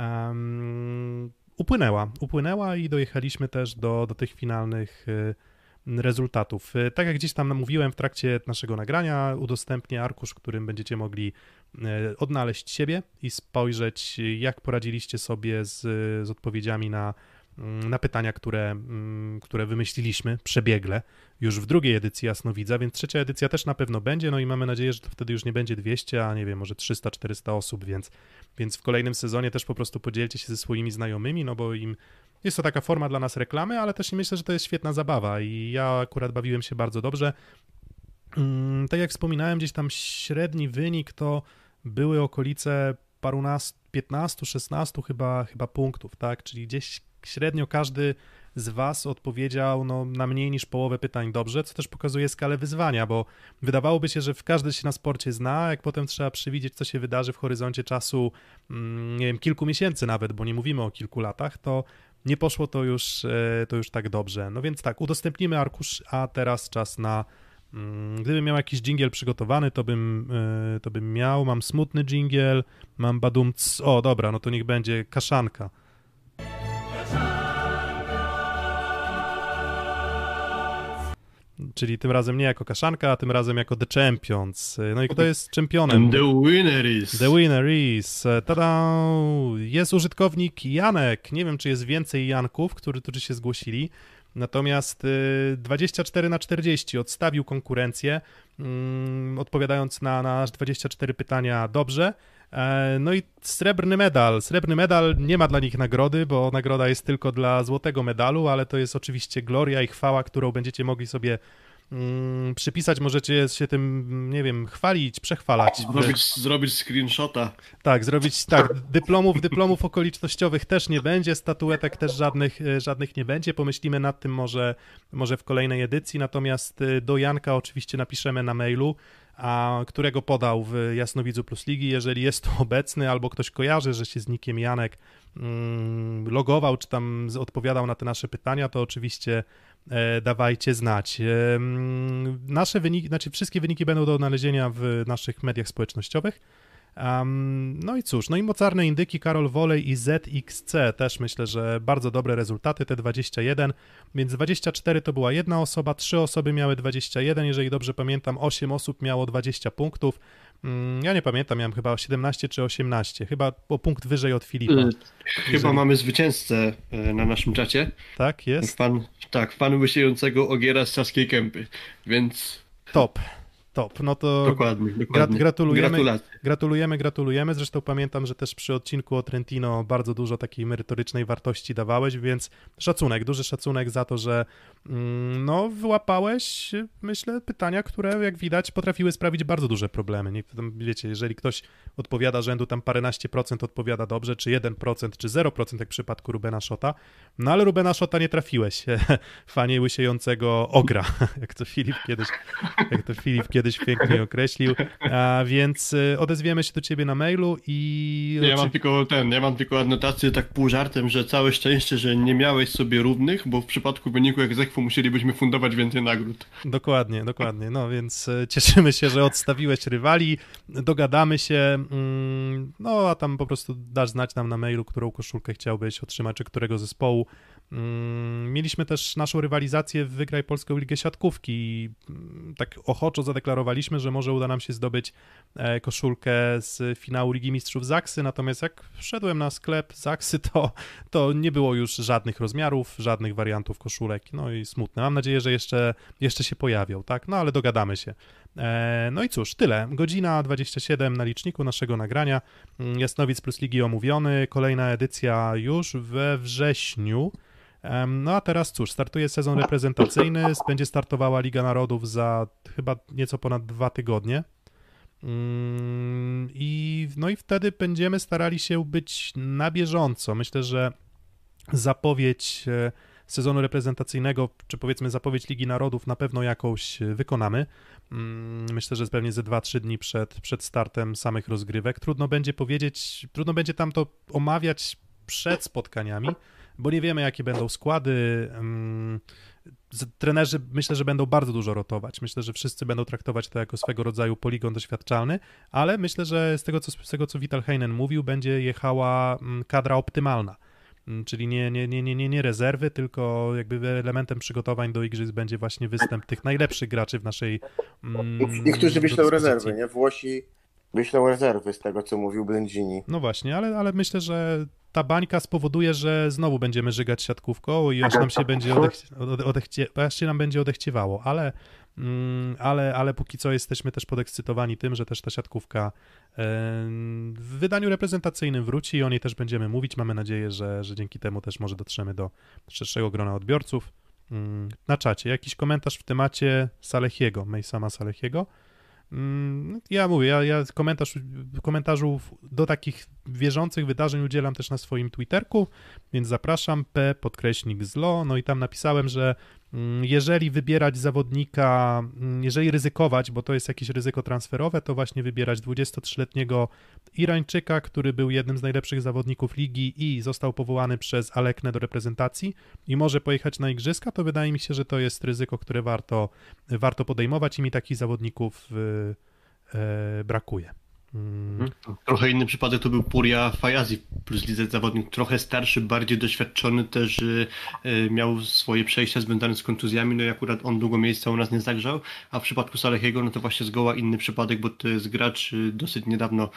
S3: upłynęła i dojechaliśmy też do tych finalnych rezultatów. Tak jak gdzieś tam mówiłem w trakcie naszego nagrania, udostępnię arkusz, w którym będziecie mogli odnaleźć siebie i spojrzeć, jak poradziliście sobie z odpowiedziami na pytania, które wymyśliliśmy przebiegle już w drugiej edycji Jasnowidza, więc trzecia edycja też na pewno będzie, i mamy nadzieję, że to wtedy już nie będzie 200, a nie wiem, może 300-400 osób, więc w kolejnym sezonie też po prostu podzielcie się ze swoimi znajomymi, bo im jest to taka forma dla nas reklamy, ale też myślę, że to jest świetna zabawa i ja akurat bawiłem się bardzo dobrze. Tak jak wspominałem, gdzieś tam średni wynik to były okolice 15, 16 chyba punktów, tak? Czyli gdzieś średnio każdy z was odpowiedział no, na mniej niż połowę pytań dobrze, co też pokazuje skalę wyzwania, bo wydawałoby się, że każdy się na sporcie zna, jak potem trzeba przewidzieć, co się wydarzy w horyzoncie czasu, nie wiem, kilku miesięcy nawet, bo nie mówimy o kilku latach, to nie poszło to już tak dobrze. No więc tak, udostępnimy arkusz, a teraz czas na... Gdybym miał jakiś dżingiel przygotowany, to bym miał. Mam smutny dżingiel, mam badumc. O, dobra, no to niech będzie kaszanka. Czyli tym razem nie jako kaszanka, a tym razem jako The Champions. No i kto jest czempionem?
S4: And the winner is...
S3: The winner is... Tada! Jest użytkownik Janek. Nie wiem, czy jest więcej Janków, którzy się zgłosili. Natomiast 24/40 odstawił konkurencję, odpowiadając na 24 pytania dobrze. No i srebrny medal. Srebrny medal nie ma dla nich nagrody, bo nagroda jest tylko dla złotego medalu, ale to jest oczywiście gloria i chwała, którą będziecie mogli sobie przypisać. Możecie się tym, nie wiem, chwalić, przechwalać.
S4: Zrobić screenshota.
S3: Tak, dyplomów okolicznościowych też nie będzie, statuetek też żadnych nie będzie. Pomyślimy nad tym może w kolejnej edycji, natomiast do Janka oczywiście napiszemy na mailu, którego podał w Jasnowidzu Plus Ligi, jeżeli jest tu obecny albo ktoś kojarzy, że się z nickiem Janek logował, czy tam odpowiadał na te nasze pytania, to oczywiście dawajcie znać. Nasze wyniki, znaczy wszystkie wyniki będą do odnalezienia w naszych mediach społecznościowych. No i cóż, no i mocarne indyki Karol Wolej i ZXC też myślę, że bardzo dobre rezultaty, te 21, więc 24 to była jedna osoba, 3 osoby miały 21, jeżeli dobrze pamiętam 8 osób miało 20 punktów, ja nie pamiętam, miałem chyba 17 czy 18, chyba o punkt wyżej od Filipa.
S4: Chyba mamy zwycięzcę na naszym czacie.
S3: Tak, jest?
S4: Fan łysiejącego ogiera z Saskiej Kępy, więc...
S3: Top. No to
S4: dokładnie.
S3: Gratulujemy. Zresztą pamiętam, że też przy odcinku o Trentino bardzo dużo takiej merytorycznej wartości dawałeś, więc duży szacunek za to, że no wyłapałeś, myślę, pytania, które jak widać potrafiły sprawić bardzo duże problemy. Nie, tam, wiecie, jeżeli ktoś odpowiada rzędu tam paręnaście procent odpowiada dobrze, czy 1%, czy 0% jak w przypadku Rubena Szota, no ale Rubena Szota nie trafiłeś, fanie łysiejącego ogra, jak to Filip kiedyś pięknie określił, a więc odezwiemy się do ciebie na mailu i...
S4: Ja mam tylko adnotację tak pół żartem, że całe szczęście, że nie miałeś sobie równych, bo w przypadku wyniku egzekwu musielibyśmy fundować więcej nagród.
S3: Dokładnie, no więc cieszymy się, że odstawiłeś rywali, dogadamy się, no a tam po prostu dasz znać nam na mailu, którą koszulkę chciałbyś otrzymać, czy którego zespołu. Mieliśmy też naszą rywalizację w Wygraj Polską Ligę Siatkówki i tak ochoczo zadeklarowaliśmy, że może uda nam się zdobyć koszulkę z finału Ligi Mistrzów Zaksy, natomiast jak wszedłem na sklep Zaksy, to nie było już żadnych rozmiarów, żadnych wariantów koszulek, no i smutne. Mam nadzieję, że jeszcze się pojawią, tak? No ale dogadamy się. No i cóż, tyle. Godzina 27 na liczniku naszego nagrania. Jasnowic Plus Ligi omówiony, kolejna edycja już we wrześniu. No a teraz cóż, startuje sezon reprezentacyjny, będzie startowała Liga Narodów za chyba nieco ponad 2 tygodnie. No i wtedy będziemy starali się być na bieżąco. Myślę, że zapowiedź sezonu reprezentacyjnego, czy powiedzmy zapowiedź Ligi Narodów na pewno jakąś wykonamy. Myślę, że pewnie ze 2-3 dni przed startem samych rozgrywek. Trudno będzie tam to omawiać przed spotkaniami, bo nie wiemy, jakie będą składy. Trenerzy myślę, że będą bardzo dużo rotować. Myślę, że wszyscy będą traktować to jako swego rodzaju poligon doświadczalny, ale myślę, że z tego, co Vital Heinen mówił, będzie jechała kadra optymalna. Czyli nie rezerwy, tylko jakby elementem przygotowań do igrzysk będzie właśnie występ tych najlepszych graczy w naszej
S5: Niektórzy wyślą rezerwy, nie? Włosi wyślą rezerwy z tego, co mówił Blendini.
S3: No właśnie, ale myślę, że ta bańka spowoduje, że znowu będziemy żygać siatkówką i aż nam się będzie odechciewało, ale póki co jesteśmy też podekscytowani tym, że też ta siatkówka w wydaniu reprezentacyjnym wróci i o niej też będziemy mówić. Mamy nadzieję, że dzięki temu też może dotrzemy do szerszego grona odbiorców. Na czacie jakiś komentarz w temacie Salehiego, Meysama Salehiego? Ja mówię, ja komentarzów do takich wierzących wydarzeń udzielam też na swoim Twitterku, więc zapraszam, p_zlo, no i tam napisałem, że jeżeli wybierać zawodnika, jeżeli ryzykować, bo to jest jakieś ryzyko transferowe, to właśnie wybierać 23-letniego Irańczyka, który był jednym z najlepszych zawodników ligi i został powołany przez Aleknę do reprezentacji i może pojechać na igrzyska, to wydaje mi się, że to jest ryzyko, które warto podejmować i mi takich zawodników brakuje.
S4: Trochę inny przypadek to był Puria Fajazi plus lidze zawodnik, trochę starszy, bardziej doświadczony, też miał swoje przejścia związane z kontuzjami, no i akurat on długo miejsca u nas nie zagrzał, a w przypadku Salehiego no to właśnie zgoła inny przypadek, bo to jest gracz dosyć niedawno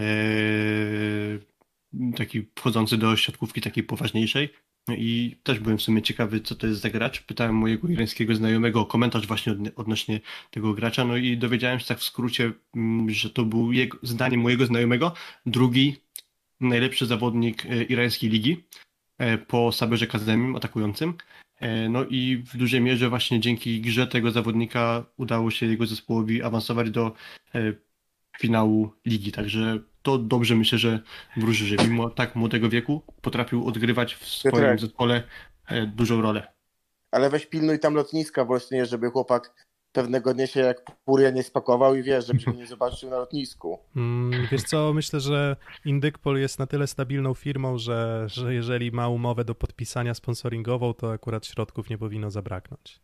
S4: taki wchodzący do siatkówki takiej poważniejszej. No i też byłem w sumie ciekawy, co to jest za gracz. Pytałem mojego irańskiego znajomego o komentarz właśnie odnośnie tego gracza, no i dowiedziałem się tak w skrócie, że to był zdaniem mojego znajomego drugi najlepszy zawodnik irańskiej ligi po Saberze Kazemim atakującym. No i w dużej mierze właśnie dzięki grze tego zawodnika udało się jego zespołowi awansować do finału ligi, także to dobrze myślę, że wróży, że mimo tak młodego wieku potrafił odgrywać w swoim zespole dużą rolę.
S5: Ale weź pilnuj tam lotniska w Olsztynie, żeby chłopak pewnego dnia się jak Puria nie spakował i wiesz, żeby go nie zobaczył na lotnisku.
S3: Wiesz co, myślę, że Indykpol jest na tyle stabilną firmą, że jeżeli ma umowę do podpisania sponsoringową, to akurat środków nie powinno zabraknąć.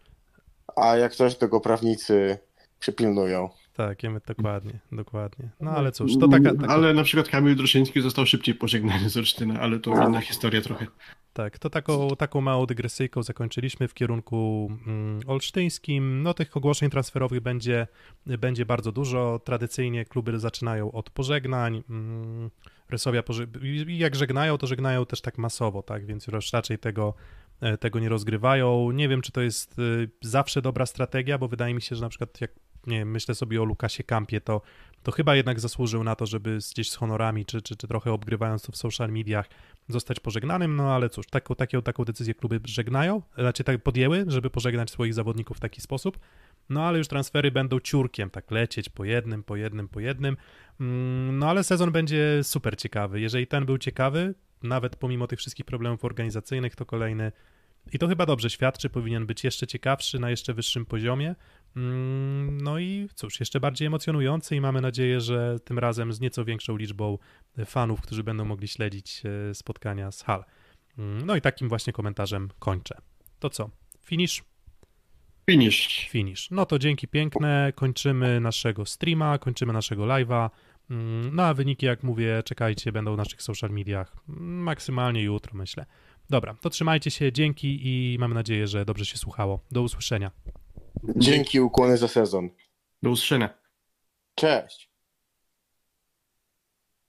S5: A jak coś, to go prawnicy przypilnują.
S3: Tak, dokładnie. No ale cóż, to taka...
S4: Ale na przykład Kamil Droszyński został szybciej pożegnany z Olsztyna, ale to inna historia trochę.
S3: Tak, to taką małą dygresyjką zakończyliśmy w kierunku olsztyńskim. No tych ogłoszeń transferowych będzie bardzo dużo. Tradycyjnie kluby zaczynają od pożegnań. Resowia jak żegnają, to żegnają też tak masowo, tak, więc już raczej tego nie rozgrywają. Nie wiem, czy to jest zawsze dobra strategia, bo wydaje mi się, że na przykład jak nie wiem, myślę sobie o Lukasie Kampie, to chyba jednak zasłużył na to, żeby gdzieś z honorami, czy trochę obgrywając to w social mediach, zostać pożegnanym, no ale cóż, taką decyzję kluby żegnają, znaczy tak podjęły, żeby pożegnać swoich zawodników w taki sposób, no ale już transfery będą ciurkiem, tak lecieć po jednym, no ale sezon będzie super ciekawy. Jeżeli ten był ciekawy, nawet pomimo tych wszystkich problemów organizacyjnych, to kolejny i to chyba dobrze świadczy, powinien być jeszcze ciekawszy, na jeszcze wyższym poziomie. No i cóż, jeszcze bardziej emocjonujący i mamy nadzieję, że tym razem z nieco większą liczbą fanów, którzy będą mogli śledzić spotkania z Hal. No i takim właśnie komentarzem kończę. To co? Finish? Finish. No to dzięki piękne, kończymy naszego streama, kończymy naszego live'a. No a wyniki, jak mówię, czekajcie, będą w naszych social mediach maksymalnie jutro, myślę. Dobra, to trzymajcie się, dzięki i mam nadzieję, że dobrze się słuchało. Do usłyszenia.
S5: Dzięki, ukłony za sezon.
S4: Do usłyszenia.
S5: Cześć.